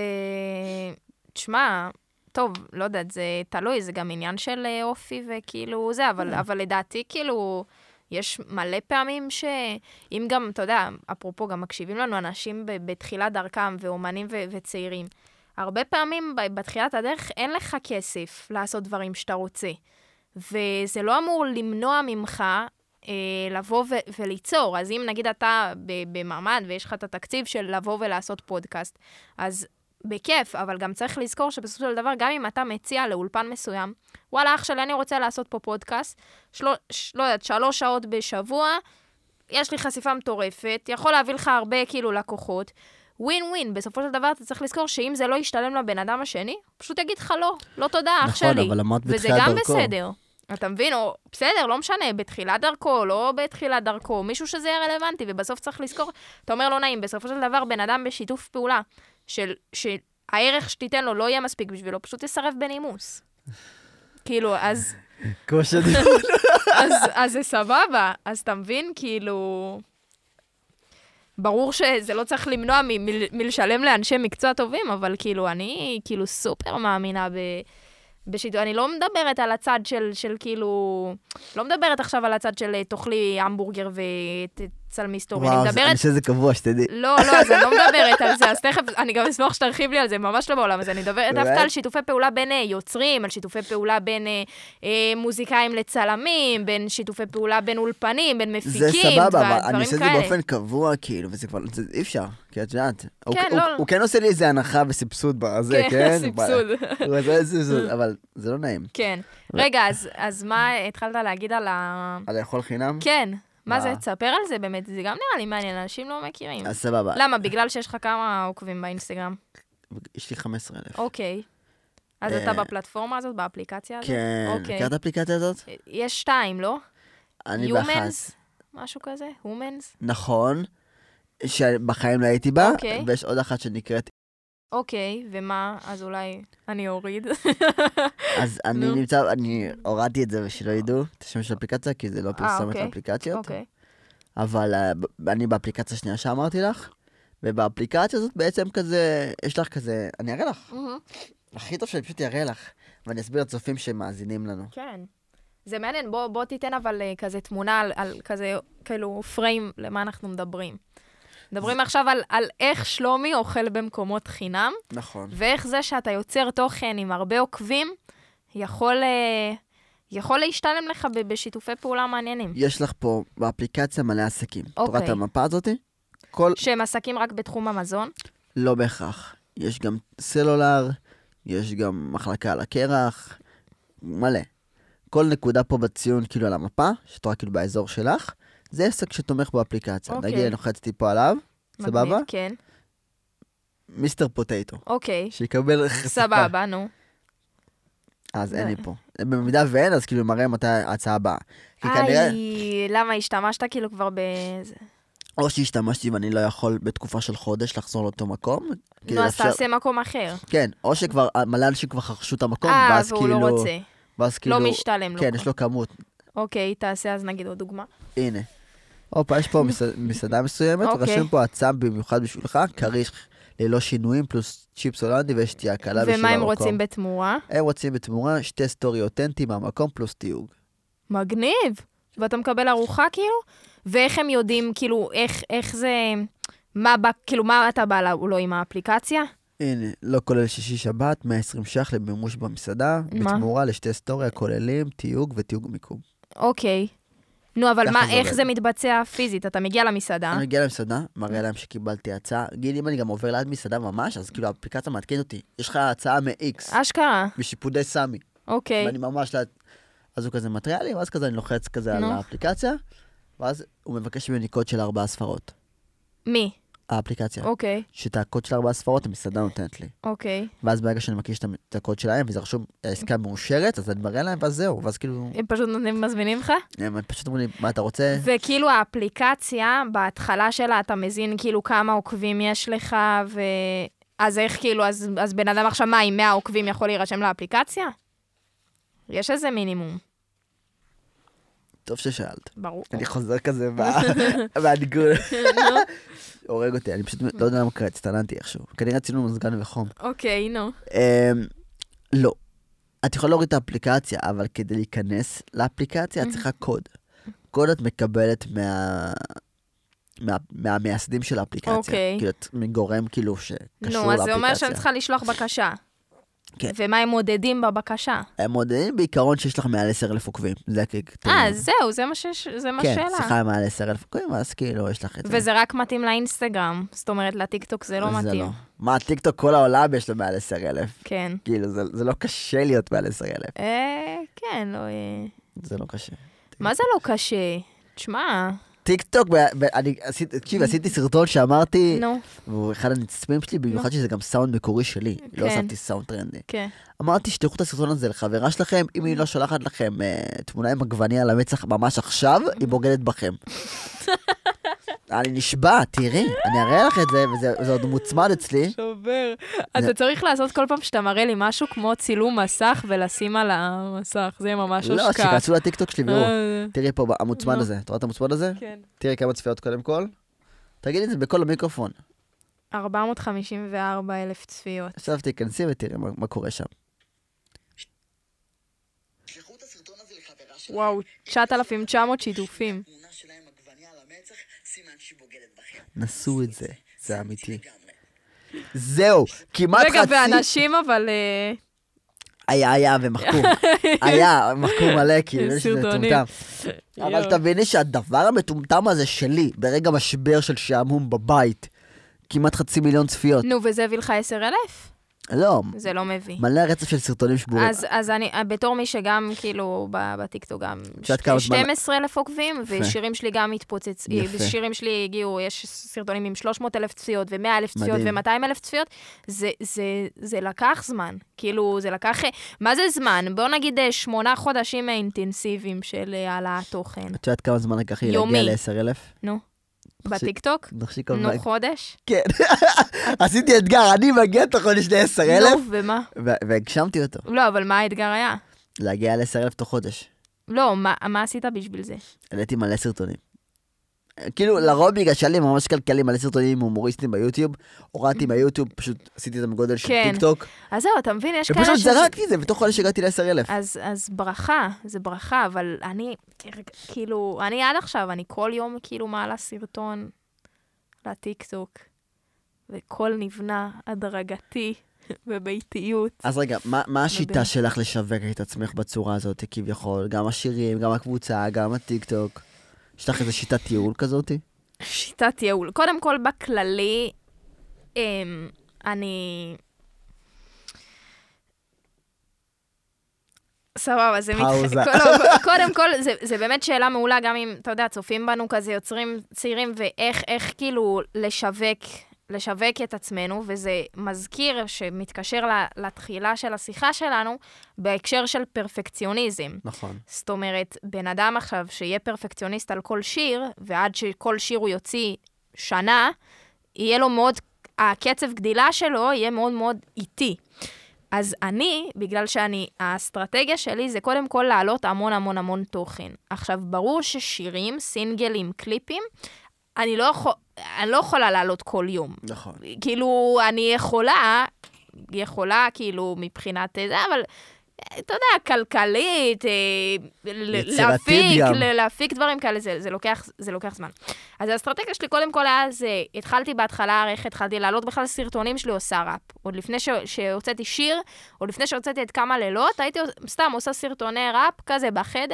תשמע, טוב, לא יודעת, זה תלוי, זה גם עניין של אופי וכאילו זה, אבל, אבל לדעתי, כאילו, יש מלא פעמים שאם גם, אתה יודע, אפרופו, גם מקשיבים לנו אנשים בתחילת דרכם, ואומנים ו- וצעירים, הרבה פעמים בתחילת הדרך אין לך כסף לעשות דברים שאתה רוצה, וזה לא אמור למנוע ממך אה, לבוא ו- וליצור. אז אם נגיד אתה במעמד ויש לך את התקציב של לבוא ולעשות פודקאסט, אז בכיף, אבל גם צריך לזכור שבסופו של דבר, גם אם אתה מציע לאולפן מסוים, וואלה, אח שלי, אני רוצה לעשות פה פודקאסט, של... ש... לא יודעת, שלוש שעות בשבוע, יש לי חשיפה מטורפת, יכול להביא לך הרבה כאילו לקוחות, ווין ווין, בסופו של דבר אתה צריך לזכור שאם זה לא ישתלם לבן אדם השני, פשוט יגיד לך לא, לא תודה, אח נכון, שלי. אבל אמרת וזה בתחילת גם דרכו. בסדר. אתה מבין? או בסדר, לא משנה, בתחילת דרכו, לא בתחילת דרכו, מישהו שזה יהיה רלוונטי, ובסוף צריך לזכור, אתה אומר לא נעים, בסופו של דבר בן אדם בשיתוף פעולה, של, של הערך שתיתן לו לא יהיה מספיק בשבילו, פשוט יסרב בנימוס. כאילו, אז... כמו שדיברנו. אז, אז זה סבבה, אז אתה מבין, כאילו... ברור שזה לא צריך למנוע מ- מ- מלשלם לאנשי מקצוע טובים, אבל כאילו, אני כאילו סופר מאמינה ב... בשידור, אני לא מדברת על הצד של, של כאילו, לא מדברת עכשיו על הצד של תאכלי המבורגר ותצלמי סטורי, אני מדברת... וואו, אני חושב שזה קבוע, שתדעי. לא, לא, אז אני לא מדברת על זה, אז תכף, אני גם אשמח שתרחיב לי על זה, ממש לא בעולם, אז אני מדברת דווקא על שיתופי פעולה בין יוצרים, על שיתופי פעולה בין מוזיקאים לצלמים, בין שיתופי פעולה בין אולפנים, בין מפיקים, זה סבבה, אבל אני דברים עושה את זה כאלה. באופן קבוע, כאילו, וזה כבר, זה אי אפשר, כי את יודעת. הוא- כן, הוא- לא. הוא כן עושה לי איזה הנחה וסבסוד בזה, כן? סבסוד. הוא עושה איזה סבסוד, אבל זה לא נעים. כן. רגע, אז- אז מה התחלת להגיד על ה... על לאכול חינם? כן. מה זה? מה? תספר על זה באמת, זה גם נראה לי מעניין, אנשים לא מכירים. אז סבבה. למה? בגלל שיש לך כמה עוקבים באינסטגרם? יש לי חמישה עשר אלף. אוקיי. אז אה, אתה בפלטפורמה הזאת, באפליקציה הזאת? כן, אוקיי. מכיר את האפליקציה הזאת? יש שתיים, לא? אני Humans? באחת. משהו כזה? Humans? נכון, שבחיים לא הייתי בה, אוקיי. ויש עוד אחת שנקראת, אוקיי, ומה? אז אולי אני אוריד. אז אני נו. נמצא, אני הורדתי את זה ושלא ידעו את השם של האפליקציה, כי זה לא פרסומת אוקיי. לאפליקציות. אוקיי. אבל אה, ב- אני באפליקציה השנייה שאמרתי לך, ובאפליקציה הזאת בעצם כזה, יש לך כזה, אני אראה לך. מהמם. הכי טוב שאני פשוט אראה לך, ואני אסביר לצופים שמאזינים לנו. כן. זה מעניין, בוא, בוא תיתן אבל אה, כזה תמונה על, על כזה, כאילו, פריים למה אנחנו מדברים. מדברים עכשיו על, על איך שלומי אוכל במקומות חינם, נכון. ואיך זה שאתה יוצר תוכן עם הרבה עוקבים, יכול, אה, יכול להשתלם לך ב- בשיתופי פעולה מעניינים. יש לך פה באפליקציה מלא עסקים. את רואה את אוקיי. המפה הזאת? כל, שהם עסקים רק בתחום המזון. לא בהכרח. יש גם סלולר, יש גם מחלקה על הקרח, מלא. כל נקודה פה בציון, כאילו על המפה, שאת רואה כאילו באזור שלך, זה עסק שתומך באפליקציה. אוקיי. נגיד, אני לוחצתי פה עליו, סבבה? מגניב, כן. מיסטר פוטטו. אוקיי. שיקבל חשיפה. סבבה, נו. אז אין לי פה. במידה ואין, אז כאילו מראה מתי ההצעה הבאה. כי כנראה, איי, למה השתמשת כאילו כבר בזה? או שהשתמשתי ואני לא יכול בתקופה של חודש לחזור לאותו מקום. כאילו נו, אז אפשר- תעשה מקום אחר. כן, או שכבר, מלא אנשים כבר חרשו את המקום, אה, ואז והוא לא כאילו... רוצה. ואז כאילו... לא משתלם לו. כן, יש לו כמות. אוקיי, תעשה אז נגיד עוד דוגמה. הנה. הופה, יש פה מסע- מסעדה מסוימת, אוקיי. רשום פה הצעה במיוחד בשבילך, כריך ללא שינויים, פלוס צ'יפס הולנדי ושתייה קלה בשביל המקום. ומה הם רוצים בתמורה? הם רוצים בתמורה שתי סטורי אותנטי מהמקום פלוס תיוג. מגניב. ואתה מקבל ארוחה כאילו? ואיך הם יודעים, כאילו, איך, איך זה... מה בא, כאילו, מה אתה בא לו עם האפליקציה? הנה, לא כולל שישי שבת, מאה ועשרים ש"ח למימוש במסעדה, מה? בתמורה לשתי סטורי הכוללים תיוג ותיוג מיקום. אוקיי. נו, אבל ככה מה, זה איך עובד. זה מתבצע פיזית? אתה מגיע למסעדה? אני מגיע למסעדה, מראה להם שקיבלתי הצעה. גיל, אם אני גם עובר ליד מסעדה ממש, אז כאילו האפליקציה מעדכנת אותי. יש לך הצעה מ-X, אשכרה. בשיפודי סמי. אוקיי. ואני ממש ליד... אז הוא כזה מטריע לי, ואז כזה אני לוחץ כזה על נו. האפליקציה, ואז הוא מבקש ממני קוד של ארבעה ספרות. מי? האפליקציה. אוקיי, שאת הקוד של ארבע ספרות המסעדה נותנת לי. אוקיי. ואז ברגע שאני מקיש את הקוד שלהם, וזה רשום, העסקה מאושרת, אז אני מראה להם, ואז זהו, ואז כאילו, הם פשוט נותנים מזמינים לך? הם פשוט אומרים לי, מה אתה רוצה? וכאילו האפליקציה, בהתחלה שלה אתה מזין כאילו כמה עוקבים יש לך, ו... אז איך כאילו, אז, אז בן אדם עכשיו מה, עם מאה עוקבים יכול להירשם לאפליקציה? יש איזה מינימום. טוב ששאלת. ברור. אני חוזר כזה מהניגון. הורג אותי, אני פשוט לא יודע למה קרה, הצטננתי איכשהו. כנראה רצינו מזגן וחום. אוקיי, נו. לא. את יכולה להוריד את האפליקציה, אבל כדי להיכנס לאפליקציה, את צריכה קוד. קוד את מקבלת מה... מהמייסדים של האפליקציה. אוקיי. כאילו, את מגורם כאילו שקשור לאפליקציה. נו, אז זה אומר שאני צריכה לשלוח בקשה. כן. ומה הם מודדים בבקשה? הם מודדים בעיקרון שיש לך מעל עשרת אלפים עוקבים. זה כאילו... אה, זהו, זה מה שיש, זה מה כן, שאלה. כן, שיחה מעל עשרת אלפים עוקבים, אז כאילו, יש לך את זה. וזה רק מתאים לאינסטגרם. זאת אומרת, לטיקטוק זה לא זה מתאים. לא. מה, טיקטוק כל העולם יש לו מעל עשרת אלפים. כן. כאילו, זה, זה לא קשה להיות מעל עשרת אלפים. אה, כן, לא... אה. זה לא קשה. מה זה לא קשה? תשמע, טיק טוק, ב- ב- אני עשיתי, תקשיב, עשיתי סרטון שאמרתי, נו, והוא אחד הנצפים שלי, במיוחד שזה גם סאונד מקורי שלי, לא כן. הוספתי סאונד טרנדי. כן. אמרתי שתלכו את הסרטון הזה לחברה שלכם, אם היא לא שולחת לכם אה, תמונה עם עגבניה על המצח ממש עכשיו, היא בוגדת בכם. אני נשבע, תראי, אני אראה לך את זה, וזה וזה עוד מוצמד אצלי. שובר. אתה צריך לעשות כל פעם שאתה מראה לי משהו כמו צילום מסך ולשים על המסך, זה ממש לא, השקעה. שכנסו לטיקטוק שלי ויראו. אה, תראי פה, המוצמד נו. הזה, אתה רואה את המוצמד הזה? כן. תראי כמה צפיות קודם כל. תגידי את זה בכל המיקרופון. ארבע מאות חמישים וארבע אלף צפיות. עכשיו תיכנסי ותראי מה מה קורה שם. וואו, תשעת אלפים תשע מאות שיתופים. נסו את זה, זה אמיתי. זהו, כמעט חצי... רגע, ואנשים אבל... אה, היה, היה, ומחקו. היה, מחקו מלא, כאילו, יש שזה סרטונים. מטומטם. אבל יואו. תביני שהדבר המטומטם הזה שלי, ברגע משבר של שעמום בבית, כמעט חצי מיליון צפיות. נו, וזה הביא לך עשרת אלפים? לא, זה לא מביא. מלא רצף של סרטונים שבורים. אז, אז אני, בתור מי שגם, כאילו, ב- בטיקטוק גם, את יודעת כמה זמן- שנים עשר אלף עוקבים, ושירים שלי גם מתפוצץ, יפה. שירים שלי הגיעו, יש סרטונים עם שלוש מאות אלף צפיות, ו-מאה אלף צפיות, מדהים. ו-מאתיים אלף צפיות, זה, זה, זה לקח זמן. כאילו, זה לקח, מה זה זמן? בואו נגיד אה, שמונה חודשים אינטנסיביים של אה, העלאת תוכן. את יודעת כמה זמן לקח לי יומי. להגיע ל-עשרת אלפים? נו, בטיקטוק? נחשי כל נו, מה... חודש? כן. עשיתי אתגר, אני מגיע תוך חודש ל-עשרת נו, אלפים, ומה? ו- והגשמתי אותו. לא, אבל מה האתגר היה? להגיע ל-עשרת אלפים תוך חודש. לא, מה, מה עשית בשביל זה? העליתי מלא סרטונים. כאילו, לרוב בגלל שהיה לי ממש כלכלי מלא סרטונים הומוריסטים ביוטיוב, הורדתי מהיוטיוב, פשוט עשיתי את המגודל של כן. טיק טוק, אז זהו, אתה מבין, יש כאלה ופשוט שזה- זרקתי את זה, ותוך חודש הגעתי ל-עשרת אלפים. אז, אז ברכה, זה ברכה, אבל אני, כאילו, אני עד עכשיו, אני כל יום כאילו מעלה סרטון לטיקטוק, וכל נבנה הדרגתי ובאיטיות. אז רגע, מה, מה השיטה מדהים. שלך לשווק את עצמך בצורה הזאת, כביכול? גם השירים, גם הקבוצה, גם הטיק טוק? יש לך איזו שיטת טיול כזאת? שיטת ייעול. קודם כל, בכללי, אמ, אני... סבבה, זה פאוזה. מתח... לא, קודם כל, זה, זה באמת שאלה מעולה, גם אם, אתה יודע, צופים בנו כזה, יוצרים צעירים, ואיך איך כאילו לשווק, לשווק את עצמנו, וזה מזכיר שמתקשר לתחילה של השיחה שלנו, בהקשר של פרפקציוניזם. נכון. זאת אומרת, בן אדם עכשיו שיהיה פרפקציוניסט על כל שיר, ועד שכל שיר הוא יוציא שנה, יהיה לו מאוד, הקצב גדילה שלו יהיה מאוד מאוד איטי. אז אני, בגלל שאני, האסטרטגיה שלי זה קודם כל לעלות המון המון המון תוכן. עכשיו, ברור ששירים, סינגלים, קליפים, אני לא, יכול, אני לא יכולה לעלות כל יום. נכון. כאילו, אני יכולה, יכולה כאילו מבחינת זה, אבל אתה יודע, כלכלית, יצירתית להפיק, גם. להפיק דברים כאלה, זה, זה, לוקח, זה לוקח זמן. אז האסטרטגיה שלי קודם כל היה זה, התחלתי בהתחלה ערך, התחלתי לעלות בכלל סרטונים שלי עושה ראפ. עוד לפני ש, שהוצאתי שיר, עוד לפני שהוצאתי את כמה לילות, הייתי סתם עושה סרטוני ראפ כזה בחדר,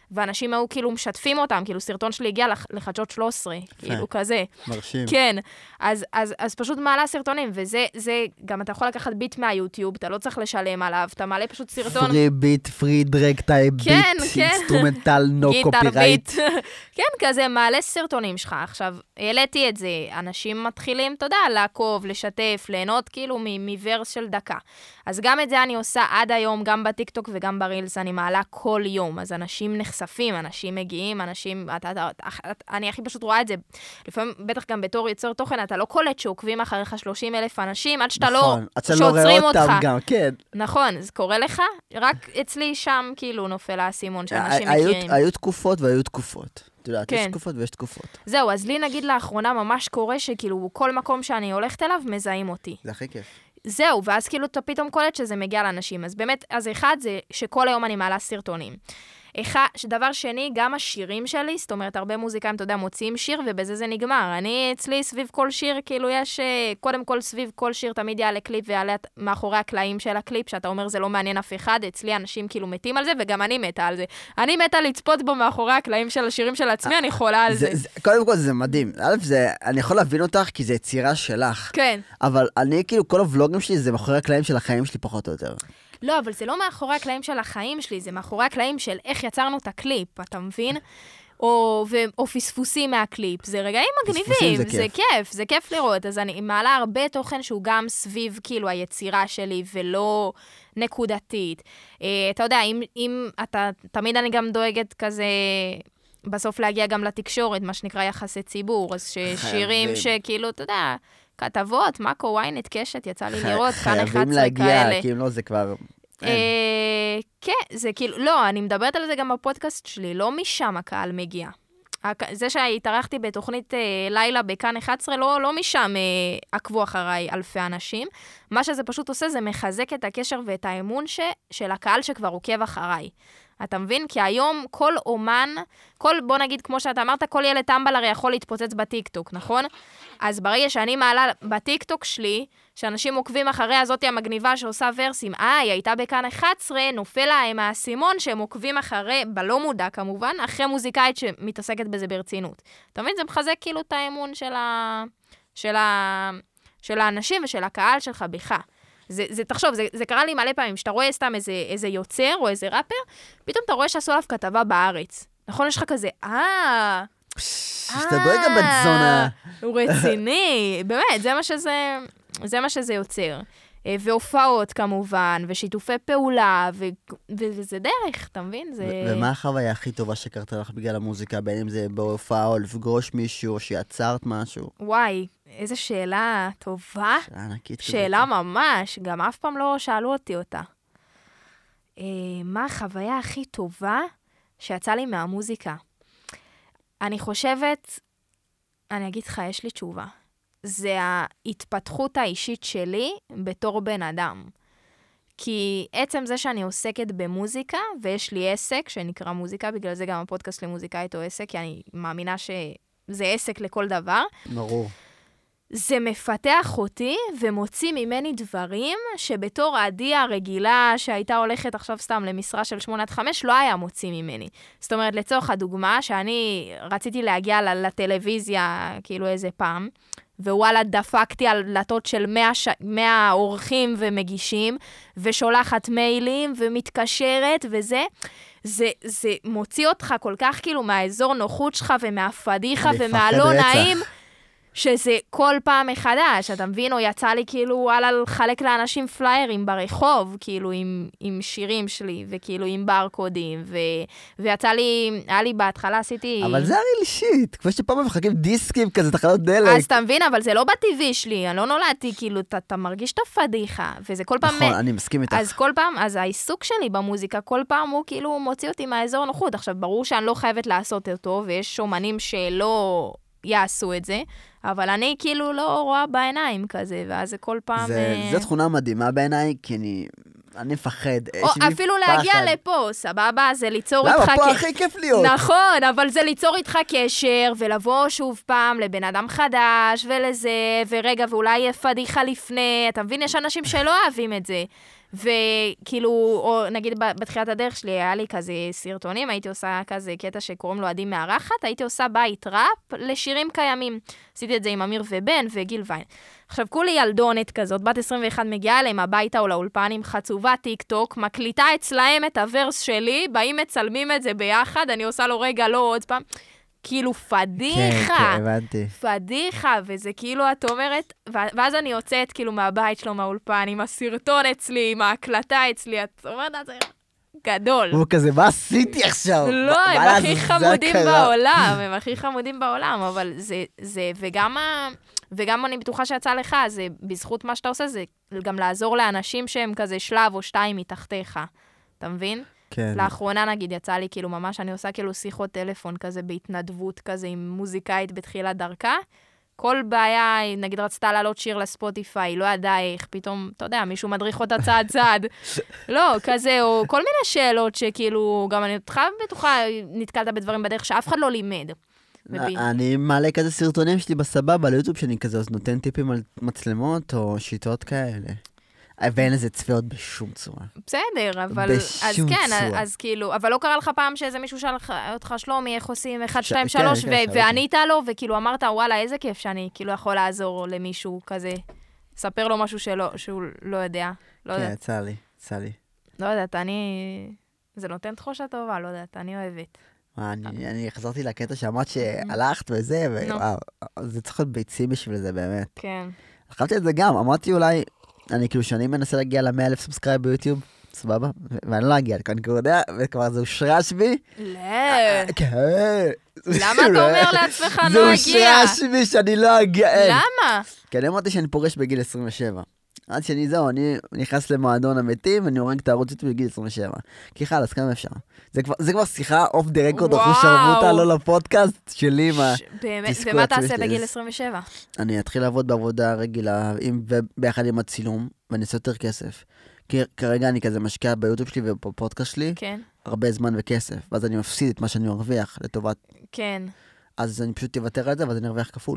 ואנשים היו כאילו משתפים אותם, כאילו סרטון שלי הגיע לחדשות שלוש עשרה, כאילו כזה. מרשים. כן, אז, אז, אז פשוט מעלה סרטונים, וזה, זה, גם אתה יכול לקחת ביט מהיוטיוב, אתה לא צריך לשלם עליו, אתה מעלה פשוט סרטון. פרי ביט, פרי דרג טייפ ביט, אינסטרומנטל, נו קופירייט. כן, כזה, מעלה סרטונים שלך. עכשיו, העליתי את זה, אנשים מתחילים, אתה יודע, לעקוב, לשתף, ליהנות כאילו מוורס של דקה. אז גם את זה אני עושה עד היום, גם בטיקטוק וגם ברילס, אני מעלה כל יום. אז אנשים נחשפים, אנשים מגיעים, אנשים, אתה, אתה, אתה, אני הכי פשוט רואה את זה. לפעמים, בטח גם בתור יוצר תוכן, אתה לא קולט שעוקבים אחריך שלושים אלף אנשים, עד שאתה נכון, לא, עד שאתה לא רואה אותם גם, כן. נכון, זה קורה לך? רק אצלי שם כאילו נופל האסימון שאנשים מכירים. היו תקופות והיו תקופות. אתה יודעת, כן. יש תקופות ויש תקופות. זהו, אז לי נגיד לאחרונה ממש קורה שכאילו כל מקום שאני הולכת אליו מזהים אותי. זה הכי כיף. זהו, ואז כאילו אתה פתאום קולט שזה מגיע לאנשים. אז באמת, אז אחד זה שכל היום אני מעלה סרטונים. אחד, דבר שני, גם השירים שלי, זאת אומרת, הרבה מוזיקאים, אתה יודע, מוציאים שיר, ובזה זה נגמר. אני, אצלי, סביב כל שיר, כאילו יש, קודם כל, סביב כל שיר תמיד יעלה קליפ, ויעלה מאחורי הקלעים של הקליפ, שאתה אומר, זה לא מעניין אף אחד, אצלי אנשים כאילו מתים על זה, וגם אני מתה על זה. אני מתה לצפות בו מאחורי הקלעים של השירים של עצמי, אני חולה על זה. זה, זה. קודם כל, זה מדהים. א', זה, אני יכול להבין אותך, כי זה יצירה שלך. כן. אבל אני, כאילו, כל הוולוגים שלי, זה מאחורי הקלעים של החיים שלי, פחות או יותר. לא, אבל זה לא מאחורי הקלעים של החיים שלי, זה מאחורי הקלעים של איך יצרנו את הקליפ, אתה מבין? או, ו, או פספוסים מהקליפ. זה רגעים מגניבים, זה, זה כיף, זה כיף לראות. אז אני מעלה הרבה תוכן שהוא גם סביב, כאילו, היצירה שלי, ולא נקודתית. אה, אתה יודע, אם, אם אתה, תמיד אני גם דואגת כזה, בסוף להגיע גם לתקשורת, מה שנקרא יחסי ציבור, אז ששירים שכאילו, אתה יודע, כתבות, מאקו, וויינט, קשת, יצא לי לראות, כאן אחד עשרה כאלה. חייבים להגיע, כי אם לא זה כבר... כן, זה כאילו, לא, אני מדברת על זה גם בפודקאסט שלי, לא משם הקהל מגיע. זה שהתארחתי בתוכנית לילה בכאן אחת עשרה, לא משם עקבו אחריי אלפי אנשים. מה שזה פשוט עושה, זה מחזק את הקשר ואת האמון של הקהל שכבר עוקב אחריי. אתה מבין? כי היום כל אומן, כל, בוא נגיד, כמו שאתה אמרת, כל ילד טמבל הרי יכול להתפוצץ בטיקטוק, נכון? אז ברגע שאני מעלה בטיקטוק שלי, שאנשים עוקבים אחרי הזאתי המגניבה שעושה ורסים, אה, היא הייתה בכאן אחת עשרה, נופל להם האסימון שהם עוקבים אחרי, בלא מודע כמובן, אחרי מוזיקאית שמתעסקת בזה ברצינות. אתה מבין? זה מחזק כאילו את האמון של, ה... של, ה... של האנשים ושל הקהל שלך בך. זה, זה, תחשוב, זה, זה קרה לי מלא פעמים, שאתה רואה סתם איזה, איזה יוצר או איזה ראפר, פתאום אתה רואה שעשו עליו כתבה בארץ. נכון? יש לך כזה, אה... שאתה דואג גם בת זונה. הוא רציני, באמת, זה מה שזה, זה מה שזה יוצר. והופעות כמובן, ושיתופי פעולה, וזה דרך, אתה מבין? ומה החוויה הכי טובה שקרתה לך בגלל המוזיקה, בין אם זה בהופעה או לפגוש מישהו, או שיצרת משהו? וואי, איזו שאלה טובה. שאלה ענקית. שאלה ממש, גם אף פעם לא שאלו אותי אותה. מה החוויה הכי טובה שיצא לי מהמוזיקה? אני חושבת, אני אגיד לך, יש לי תשובה. זה ההתפתחות האישית שלי בתור בן אדם. כי עצם זה שאני עוסקת במוזיקה, ויש לי עסק שנקרא מוזיקה, בגלל זה גם הפודקאסט למוזיקאית או עסק, כי אני מאמינה שזה עסק לכל דבר. ברור. זה מפתח אותי ומוציא ממני דברים שבתור עדי הרגילה שהייתה הולכת עכשיו סתם למשרה של שמונה עד חמש, לא היה מוציא ממני. זאת אומרת, לצורך הדוגמה, שאני רציתי להגיע לטלוויזיה כאילו איזה פעם, ווואלה דפקתי על דלתות של מאה אורחים ומגישים, ושולחת מיילים ומתקשרת וזה, זה, זה מוציא אותך כל כך כאילו מהאזור נוחות שלך ומהפדיחה ומהלא נעים, שזה כל פעם מחדש, אתה מבין? או יצא לי כאילו, וואלה, לחלק לאנשים פליירים ברחוב, כאילו עם, עם שירים שלי, וכאילו עם ברקודים, ו, ויצא לי, היה לי בהתחלה, עשיתי... אבל זה הרי לישית, כמו שפעם מחכים דיסקים כזה, תחנות דלק. אז אתה מבין, אבל זה לא בטבעי שלי, אני לא נולדתי, כאילו, אתה, אתה מרגיש את הפדיחה, וזה כל פעם... נכון, אני מסכים איתך. אז כל פעם, אז העיסוק שלי במוזיקה, כל פעם הוא כאילו מוציא אותי מהאזור נוחות. עכשיו, ברור שאני לא חייבת לעשות אותו, ויש אומנים שלא יעשו את זה, אבל אני כאילו לא רואה בעיניים כזה, ואז זה כל פעם... זה, זה תכונה מדהימה בעיניי, כי אני, אני מפחד. או אפילו להגיע פחד. לפה, סבבה, זה ליצור למה? איתך... למה? פה הכי כיף להיות. נכון, אבל זה ליצור איתך קשר, ולבוא שוב פעם לבן אדם חדש, ולזה, ורגע, ואולי יהיה פדיחה לפני, אתה מבין? יש אנשים שלא אוהבים את זה. וכאילו, או נגיד בתחילת הדרך שלי, היה לי כזה סרטונים, הייתי עושה כזה קטע שקוראים לו עדים מארחת, הייתי עושה בית ראפ לשירים קיימים. עשיתי את זה עם אמיר ובן וגיל ויין. עכשיו, כולי ילדונת כזאת, בת עשרים ואחת מגיעה אליהם הביתה או לאולפן עם חצובה טיק טוק, מקליטה אצלהם את הוורס שלי, באים מצלמים את זה ביחד, אני עושה לו רגע, לא עוד פעם. כאילו פדיחה. כן, כן, הבנתי. פדיחה, וזה כאילו, את אומרת, ואז אני יוצאת כאילו מהבית שלו, מהאולפן, עם הסרטון אצלי, עם ההקלטה אצלי, את אומרת, זה גדול. הוא כזה, מה עשיתי עכשיו? לא, הם הכי חמודים בעולם, הם הכי חמודים בעולם, אבל זה, זה, וגם, וגם אני בטוחה שיצא לך, זה בזכות מה שאתה עושה, זה גם לעזור לאנשים שהם כזה שלב או שתיים מתחתיך. אתה מבין? כן. לאחרונה נגיד יצא לי כאילו ממש, אני עושה כאילו שיחות טלפון כזה בהתנדבות כזה עם מוזיקאית בתחילת דרכה. כל בעיה, נגיד רצתה לעלות שיר לספוטיפיי, לא ידעה איך, פתאום, אתה יודע, מישהו מדריך אותה צעד צעד. לא, כזה, או כל מיני שאלות שכאילו, גם אני אותך בטוחה, נתקלת בדברים בדרך שאף אחד לא לימד. אני מעלה כזה סרטונים שלי בסבבה ליוטיוב, שאני כזה נותן טיפים על מצלמות או שיטות כאלה. ואין איזה צפיות בשום צורה. בסדר, אבל... בשום אז כן, צורה. אז כאילו, אבל לא קרה לך פעם שאיזה מישהו שאל אותך, שלומי, איך עושים אחד, שתיים, שלוש, וענית לו, וכאילו אמרת, וואלה, איזה כיף שאני כאילו יכול לעזור למישהו כזה, ספר לו משהו שהוא לא יודע. כן, יצא לי, יצא לי. לא יודעת, אני... זה נותן תחושה טובה, לא יודעת, אני אוהבת. אני חזרתי לקטע שאמרת שהלכת וזה, ווואו, זה צריך להיות ביצים בשביל זה באמת. כן. חשבתי את זה גם, אמרתי אולי... אני כאילו שנים מנסה להגיע ל-מאה אלף סאבסקרייב ביוטיוב, סבבה? ואני לא אגיע, אני כבר יודע, וכבר זה הושרש בי. לא. כן. למה אתה אומר לעצמך לא זה אגיע? הושרש בי שאני לא אגיע. למה? כי אני אמרתי שאני פורש בגיל עשרים ושבע. עד שאני זהו, אני נכנס למועדון המתים, ואני הורג את הערוץ יוטיוב בגיל עשרים ושבע. כי חלאס, כמה אפשר? זה כבר שיחה אוף דה רקורד, אחרי שרמוטה, לא לפודקאסט שלי עם התסכול. ומה תעשה בגיל עשרים ושבע? אני אתחיל לעבוד בעבודה רגילה, ביחד עם הצילום, ואני אעשה יותר כסף. כי כרגע אני כזה משקיע ביוטיוב שלי ובפודקאסט שלי, כן. הרבה זמן וכסף, ואז אני מפסיד את מה שאני מרוויח לטובת. כן. אז אני פשוט אוותר על זה, ואז אני ארוויח כפול.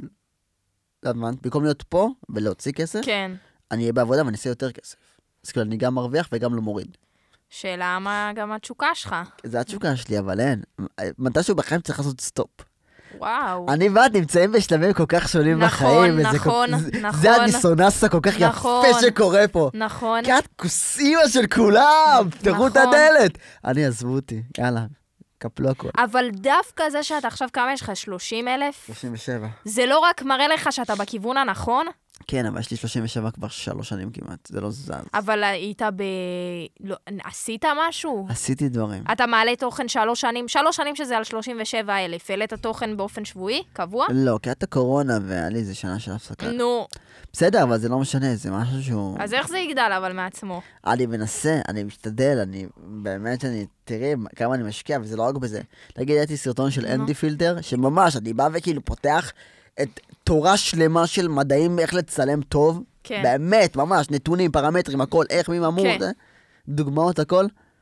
במקום להיות פה ולהוציא כסף, כן. אני אהיה בעבודה ואני אעשה יותר כסף. אז כאילו אני גם מרוויח וגם לא מוריד. שאלה מה גם התשוקה שלך. זה התשוקה שלי, אבל אין. מתישהו בחיים צריך לעשות סטופ. וואו. אני ואת נמצאים בשלבים כל כך שונים בחיים. נכון, נכון, נכון. זה הדיסוננס הכל כך יפה שקורה פה. נכון. כי את כוסימה של כולם, פתחו את הדלת. אני עזבו אותי, יאללה, קפלו הכל. אבל דווקא זה שאתה עכשיו כמה יש לך, שלושים אלף? שלושים ושבע. זה לא רק מראה לך שאתה בכיוון הנכון? כן, אבל יש לי שלושים ושבע כבר שלוש שנים כמעט, זה לא זז. אבל היית ב... לא, עשית משהו? עשיתי דברים. אתה מעלה תוכן שלוש שנים, שלוש שנים שזה על שלושים ושבע אלף, העלית תוכן באופן שבועי, קבוע? לא, כי הייתה קורונה והיה לי איזה שנה של הפסקה. נו. בסדר, אבל זה לא משנה, זה משהו שהוא... אז איך זה יגדל אבל מעצמו? אני מנסה, אני משתדל, אני באמת, אני, תראי כמה אני משקיע, וזה לא רק בזה. נגיד, הייתי סרטון של אנדי פילטר, שממש, אני בא וכאילו פותח את תורה שלמה של מדעים, איך לצלם טוב. כן. באמת, ממש, נתונים, פרמטרים, הכל, איך, מי ממור, כן. זה, דוגמאות, הכל.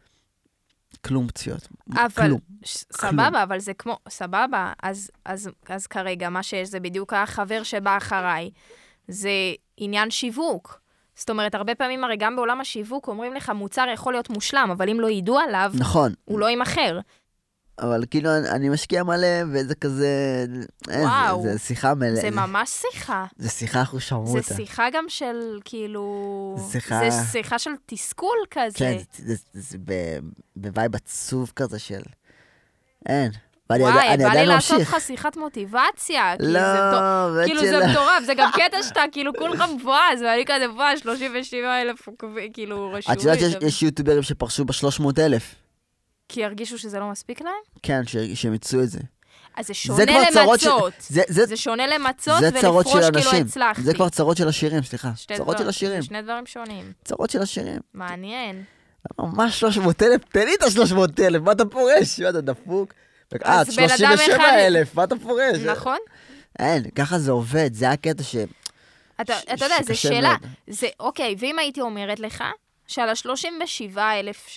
כלום פציעות. אבל, כלום. סבבה, כלום. אבל זה כמו, סבבה, אז, אז, אז כרגע, מה שיש זה בדיוק החבר שבא אחריי, זה עניין שיווק. זאת אומרת, הרבה פעמים הרי גם בעולם השיווק אומרים לך, מוצר יכול להיות מושלם, אבל אם לא ידעו עליו, נכון. הוא לא ימחר. אבל כאילו, אני משקיע מלא, וזה כזה... וואו. זה, זה שיחה מלא. זה ממש שיחה. זה שיחה אחוז שרמוטה. זה שיחה גם של, כאילו... שיחה... זה שיחה של תסכול כזה. כן, זה, זה, זה בווייב עצוב כזה של... אין. וואי, בא לי לעשות לך שיחת מוטיבציה. לא, בית כאילו זה מטורף, זה גם קטע שאתה, כאילו כולך מבואז, ואני כזה מבואז, שלושים ושבעה אלף, כאילו רשומים. את יודעת שיש יוטיוברים שפרשו ב-שלוש מאות אלף? כי הרגישו שזה לא מספיק להם? כן, שהם יצאו את זה. אז זה שונה למצות. זה שונה למצות ולפרוש כאילו הצלחתי. זה כבר צרות של השירים, סליחה. צרות של השירים. שני דברים שונים. צרות של השירים. מעניין. ממש שלוש מאות אלף? תן לי את ה-שלוש מאות אלף, מה אתה פורש? מה אתה דפוק? אה, שלושים ושבע אלף, מה אתה פורש? נכון. אין, ככה זה עובד, זה הקטע ש... אתה יודע, זו שאלה. אוקיי, ואם הייתי אומרת לך, שעל ה-שלושים ושבעה אלף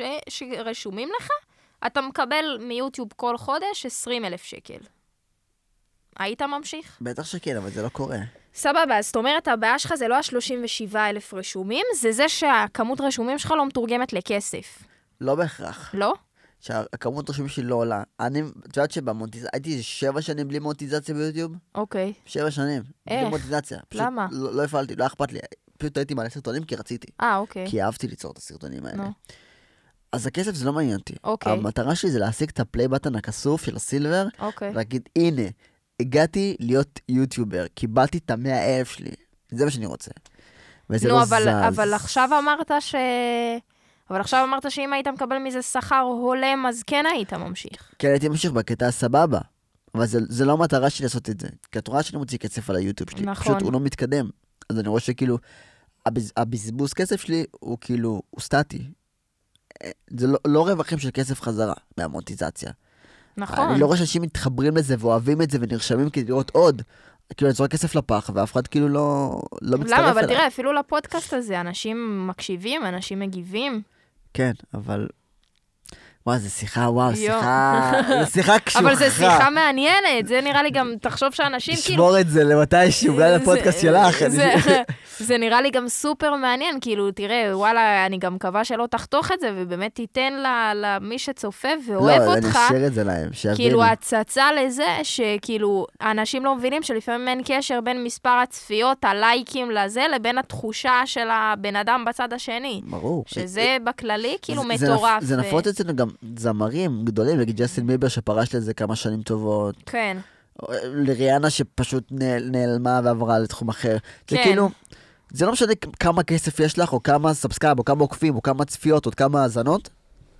שרשומים לך, אתה מקבל מיוטיוב כל חודש עשרים אלף שקל. היית ממשיך? בטח שכן, אבל זה לא קורה. סבבה, אז זאת אומרת, הבעיה שלך זה לא ה-שלושים ושבעה אלף רשומים, זה זה שהכמות רשומים שלך לא מתורגמת לכסף. לא בהכרח. לא? שהכמות רשומים שלי לא עולה. אני, את יודעת שבמונטיזציה, הייתי שבע שנים בלי מונטיזציה ביוטיוב? אוקיי. שבע שנים. איך? בלי מונטיזציה. פשוט למה? לא, לא הפעלתי, לא אכפת לי. פשוט הייתי מעלה סרטונים כי רציתי. אה, אוקיי. כי אהבתי ליצור את הסרטונים האלה. נו. אז הכסף זה לא מעניין אותי. אוקיי. המטרה שלי זה להשיג את הפליי בטן הכסוף של הסילבר, אוקיי. ולהגיד, הנה, הגעתי להיות יוטיובר, קיבלתי את המאה אלף שלי. זה מה שאני רוצה. וזה נו, לא אבל, זז. אבל עכשיו אמרת ש... אבל עכשיו אמרת שאם היית מקבל מזה שכר הולם, אז כן היית ממשיך. כן, הייתי ממשיך בקטע הסבבה. אבל זה, זה לא המטרה שלי לעשות את זה. כי את רואה שאני מוציא כסף על היוטיוב שלי. נכון. פשוט הוא לא מתקדם. אז אני רואה שכאילו, הבז, הבזבוז כסף שלי הוא כאילו, הוא סטטי. זה לא, לא רווחים של כסף חזרה מהמונטיזציה. נכון. אני לא רואה שאנשים מתחברים לזה ואוהבים את זה ונרשמים כדי לראות עוד. כאילו, אני זורק כסף לפח, ואף אחד כאילו לא, לא מצטרף אליי. למה? אבל תראה, אפילו לפודקאסט הזה, אנשים מקשיבים, אנשים מגיבים. כן, אבל... וואו, זו שיחה, וואו, יו. שיחה... זו שיחה קשוחה. אבל זו שיחה מעניינת, זה נראה לי גם, תחשוב שאנשים כאילו... לשמור את זה למתישהו, אולי לפודקאסט שלך. זה, זה נראה לי גם סופר מעניין, כאילו, תראה, וואלה, אני גם מקווה שלא תחתוך את זה, ובאמת תיתן למי שצופה ואוהב לא, אותך. לא, אני אשאיר את זה להם, שיבינו. כאילו, הצצה לזה, שכאילו, האנשים לא מבינים שלפעמים אין קשר בין מספר הצפיות, הלייקים לזה, לבין התחושה של הבן אדם בצד השני. ברור. שזה בכללי, כאילו, זה- זה מטורף. נפ- זה נפוץ אצלנו גם זמרים גדולים, נגיד ג'סטין ביבר שפרש לזה כמה שנים טובות, כן, לריאנה שפשוט נעל- נעלמה ועברה לתחום אחר. זה כן. כאילו, זה לא משנה כמה כסף יש לך, או כמה סאבסקרייב, או כמה עוקבים, או כמה צפיות, או כמה האזנות.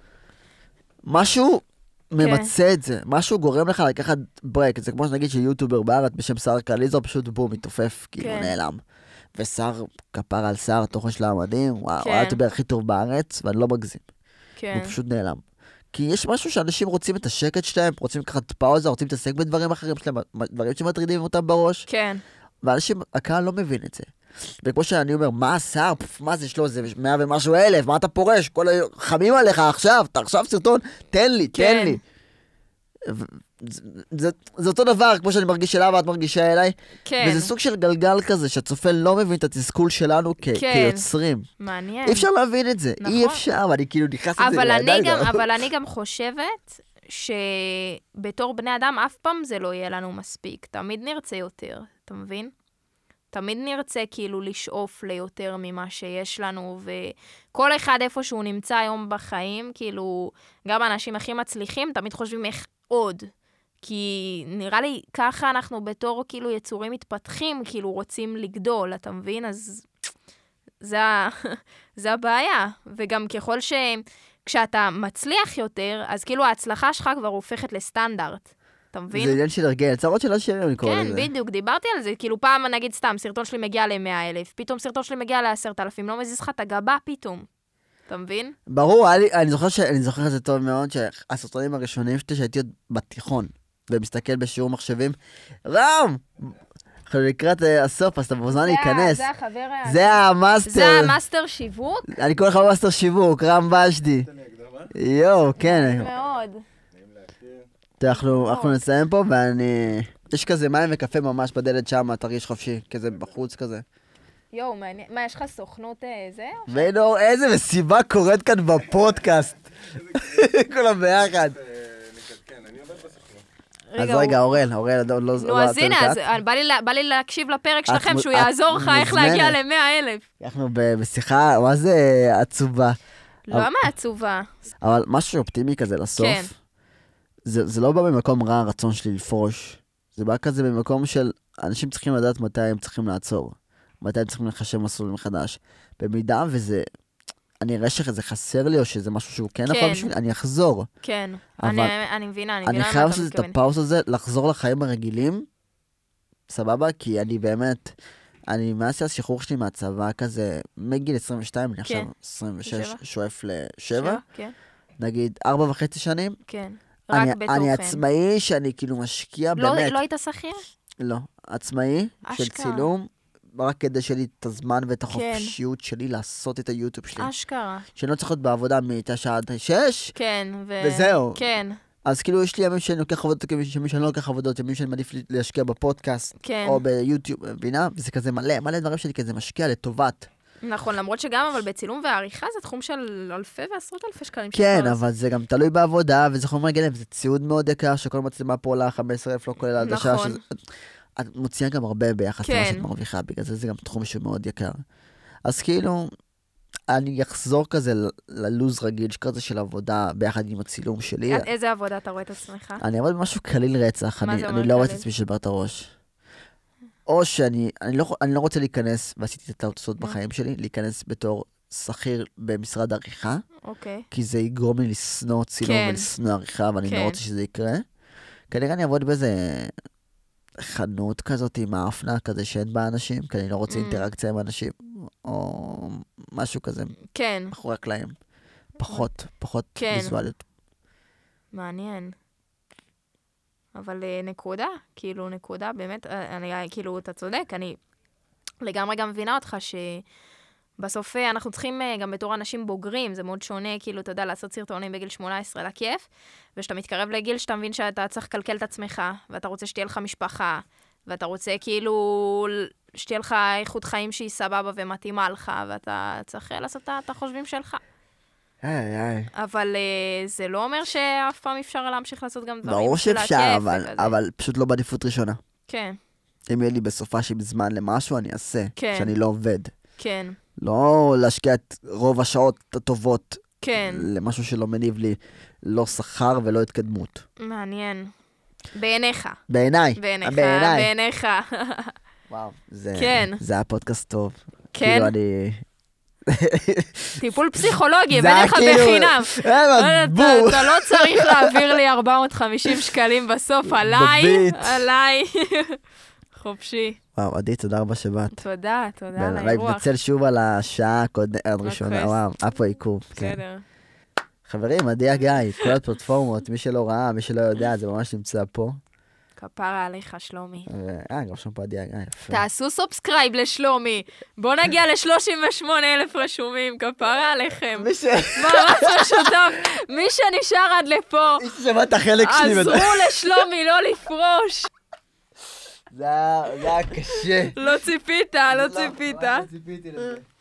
משהו ממצא את זה, משהו גורם לך לקחת ברייק. זה כמו שנגיד שיוטיובר בארץ בשם שר קליזר, פשוט בום, מתעופף, כאילו כן. נעלם. ושר כפר על שר, התוכן שלה מדהים, וואו, כן. הוא היוטיובר הכי טוב בארץ, ואני לא מגזים. כן. הוא פשוט נעלם. כי יש משהו שאנשים רוצים את השקט שלהם, רוצים לקחת פאוזה, רוצים להתעסק בדברים אחרים שלהם, דברים שמטרידים אותם בראש, כן. ואנשים, הקהל לא מבין את זה. וכמו שאני אומר, מה השר? פף, מה זה, יש לו, זה מאה ומשהו אלף, מה אתה פורש? כל היום חמים עליך עכשיו, אתה עכשיו סרטון, תן לי, תן כן. לי. ו- זה, זה, זה אותו דבר, כמו שאני מרגיש אליו, ואת מרגישה אליי, כן. וזה סוג של גלגל כזה, שהצופה לא מבין את התסכול שלנו כ- כן. כיוצרים. מעניין. אי אפשר להבין את זה, נכון. אי אפשר, ואני כאילו נכנס את זה אבל אני לידיים. גם, אבל אני גם חושבת שבתור בני אדם אף פעם זה לא יהיה לנו מספיק. תמיד נרצה יותר, אתה מבין? תמיד נרצה כאילו לשאוף ליותר ממה שיש לנו, וכל אחד איפה שהוא נמצא היום בחיים, כאילו, גם האנשים הכי מצליחים תמיד חושבים איך עוד. כי נראה לי ככה אנחנו בתור כאילו יצורים מתפתחים, כאילו רוצים לגדול, אתה מבין? אז זה, ה- זה הבעיה. וגם ככל ש... כשאתה מצליח יותר, אז כאילו ההצלחה שלך כבר הופכת לסטנדרט. אתה מבין? זה עניין של הרגל, צרות של השירים, אני קורא לזה. כן, בדיוק, דיברתי על זה. כאילו פעם, נגיד סתם, סרטון שלי מגיע ל-מאה אלף, פתאום סרטון שלי מגיע ל-עשרת אלפים, לא מזיז לך את הגבה פתאום. אתה מבין? ברור, היה לי- אני זוכר ש- אני זוכר את זה טוב מאוד, שהסרטונים הראשונים שלי שהייתי עוד בתיכון, ומסתכל בשיעור מחשבים, רם! אנחנו לקראת אה, הסוף, אז אתה מוזמן להיכנס. זה החבר... ה- זה המאסטר. זה המאסטר שיווק? אני קורא לך מאסטר שיווק, רם בשדי. יואו, כן. מאוד. תראה, אנחנו אנחנו נסיים פה, ואני... יש כזה מים וקפה ממש בדלת שם, תרגיש חופשי, כזה בחוץ כזה. יואו, מעניין. מה, יש לך סוכנות אה, זה? והנה, אור, איזה מסיבה קורית כאן בפודקאסט. כולם ביחד. אז הוא- רגע, אורל, אורל, לא... לא- נו, לא אז עצר הנה, קאט. אז אה, בא לי לה- בא לי להקשיב לפרק שלכם, מ- שהוא את יעזור לך איך להגיע מוזמנת. ל-מאה אלף. אנחנו ב- בשיחה, מה זה עצובה. למה עצובה? אבל משהו אופטימי כזה כן. לסוף, זה זה לא בא ממקום רע הרצון שלי לפרוש. זה בא כזה ממקום של אנשים צריכים לדעת מתי הם צריכים לעצור. מתי הם צריכים לחשב מסלול מחדש. במידה וזה, אני אראה שזה חסר לי, או שזה משהו שהוא כן כן. נכון בשבילי, אני אחזור. כן, אבל אני אני מבינה, אני אני מבינה חייב מה אתה לעשות את מתכוון. הפאוס הזה, לחזור לחיים הרגילים, סבבה? כי אני באמת, אני מאז השחרור שלי מהצבא כזה, מגיל עשרים ושתיים, אני עכשיו עשרים ושש, שבע. שואף לשבע, כן, נגיד ארבע וחצי שנים. כן. אני, רק בתוכן. אני עצמאי שאני כאילו משקיע לא- באמת. לא היית שכיר? לא, עצמאי של אשכרה. צילום, רק כדי שיהיה לי את הזמן ואת כן. החופשיות שלי לעשות את היוטיוב שלי. אשכרה. שאני לא צריך להיות בעבודה מתשע עד שש, כן, ו... וזהו. כן. אז כאילו יש לי ימים שאני לוקח עבודות, ימים שאני לא לוקח עבודות, ימים שאני מעדיף להשקיע בפודקאסט, כן. או ביוטיוב, מבינה? וזה כזה מלא, מלא דברים שלי כזה משקיע לטובת. נכון, למרות שגם, אבל בצילום ועריכה זה תחום של אלפי ועשרות אלפי שקלים. כן, אבל זה גם תלוי בעבודה, וזה חומר גלם, וזה ציוד מאוד יקר, שכל מצלמה פה עולה חמישה עשר אלף, לא כולל העדשה. נכון. את מוציאה גם הרבה ביחס למה כן. שאת מרוויחה, בגלל זה זה גם תחום שהוא מאוד יקר. אז כאילו, אני אחזור כזה ל- ללוז רגיל, כזה של עבודה ביחד עם הצילום שלי. איזה עבודה אתה רואה את עצמך? אני אעבוד במשהו קליל רצח, מה אני, זה אני אומר לא רואה את קליל? עצמי שבר את הראש. או שאני אני לא, אני לא רוצה להיכנס, ועשיתי את הטעויות בחיים שלי, להיכנס בתור שכיר במשרד עריכה, אוקיי. כי זה יגרום לי לשנוא צילום כן. ולשנוא עריכה, ואני כן. לא רוצה שזה יקרה. כנראה אני אעבוד באיזה חנות כזאת עם האפנה כזה שאין בה אנשים, כי אני לא רוצה Mm. אינטראקציה עם אנשים, או משהו כזה, כן, מאחורי הקלעים. פחות, פחות כן. ויזואליות. מעניין. אבל אה, נקודה, כאילו נקודה, באמת, אה, אני, אה, כאילו, אתה צודק, אני לגמרי גם מבינה אותך שבסוף אה, אנחנו צריכים אה, גם בתור אנשים בוגרים, זה מאוד שונה, כאילו, אתה יודע, לעשות סרטונים בגיל שמונה עשרה לכיף, ושאתה מתקרב לגיל שאתה מבין שאתה צריך לקלקל את עצמך, ואתה רוצה שתהיה לך משפחה, ואתה רוצה כאילו שתהיה לך איכות חיים שהיא סבבה ומתאימה לך, ואתה צריך אה, לעשות את החושבים שלך. איי, איי. אבל uh, זה לא אומר שאף פעם אפשר להמשיך לעשות גם דברים ברור של שאפשר, הכיף אבל, וכזה. אבל פשוט לא בעדיפות ראשונה. כן, אם יהיה לי בסופה של זמן למשהו, אני אעשה. כן. שאני לא עובד. כן, לא להשקיע את רוב השעות הטובות כן. למשהו שלא מניב לי לא שכר ולא התקדמות. מעניין. בעיניך. בעיניי. בעיניך. בעיניי. בעיניך. וואו, זה, כן. זה היה פודקאסט טוב. כן. כאילו אני... טיפול פסיכולוגי, זה היה הבאתי לך כאילו- בחינם. אה, אתה- בוא. אתה לא צריך להעביר לי ארבע מאות וחמישים שקלים בסוף עליי. בביט. עליי. חופשי. וואו, עדי, תודה רבה שבאת. תודה, תודה על ואני האירוח. מתנצל שוב על השעה הקודמת הראשונה. הקווסט. וואו, היה פה עיכוב. כן. בסדר. חברים, עדי הגיא, כל הפלטפורמות, מי שלא ראה, מי שלא יודע, זה ממש נמצא פה. כפרה עליך, שלומי. אה, גם שם פה עדי הגיא, יפה. תעשו סובסקרייב לשלומי. בואו נגיע ל-שלושים ושמונה אלף רשומים, כפרה עליכם. מי ש... מאמץ משותף. מי שנשאר עד לפה, מי ששמע את החלק שלי. עזרו לשלומי לא לפרוש. זה היה זה היה קשה. לא ציפית, לא ציפית. לא ציפיתי לזה.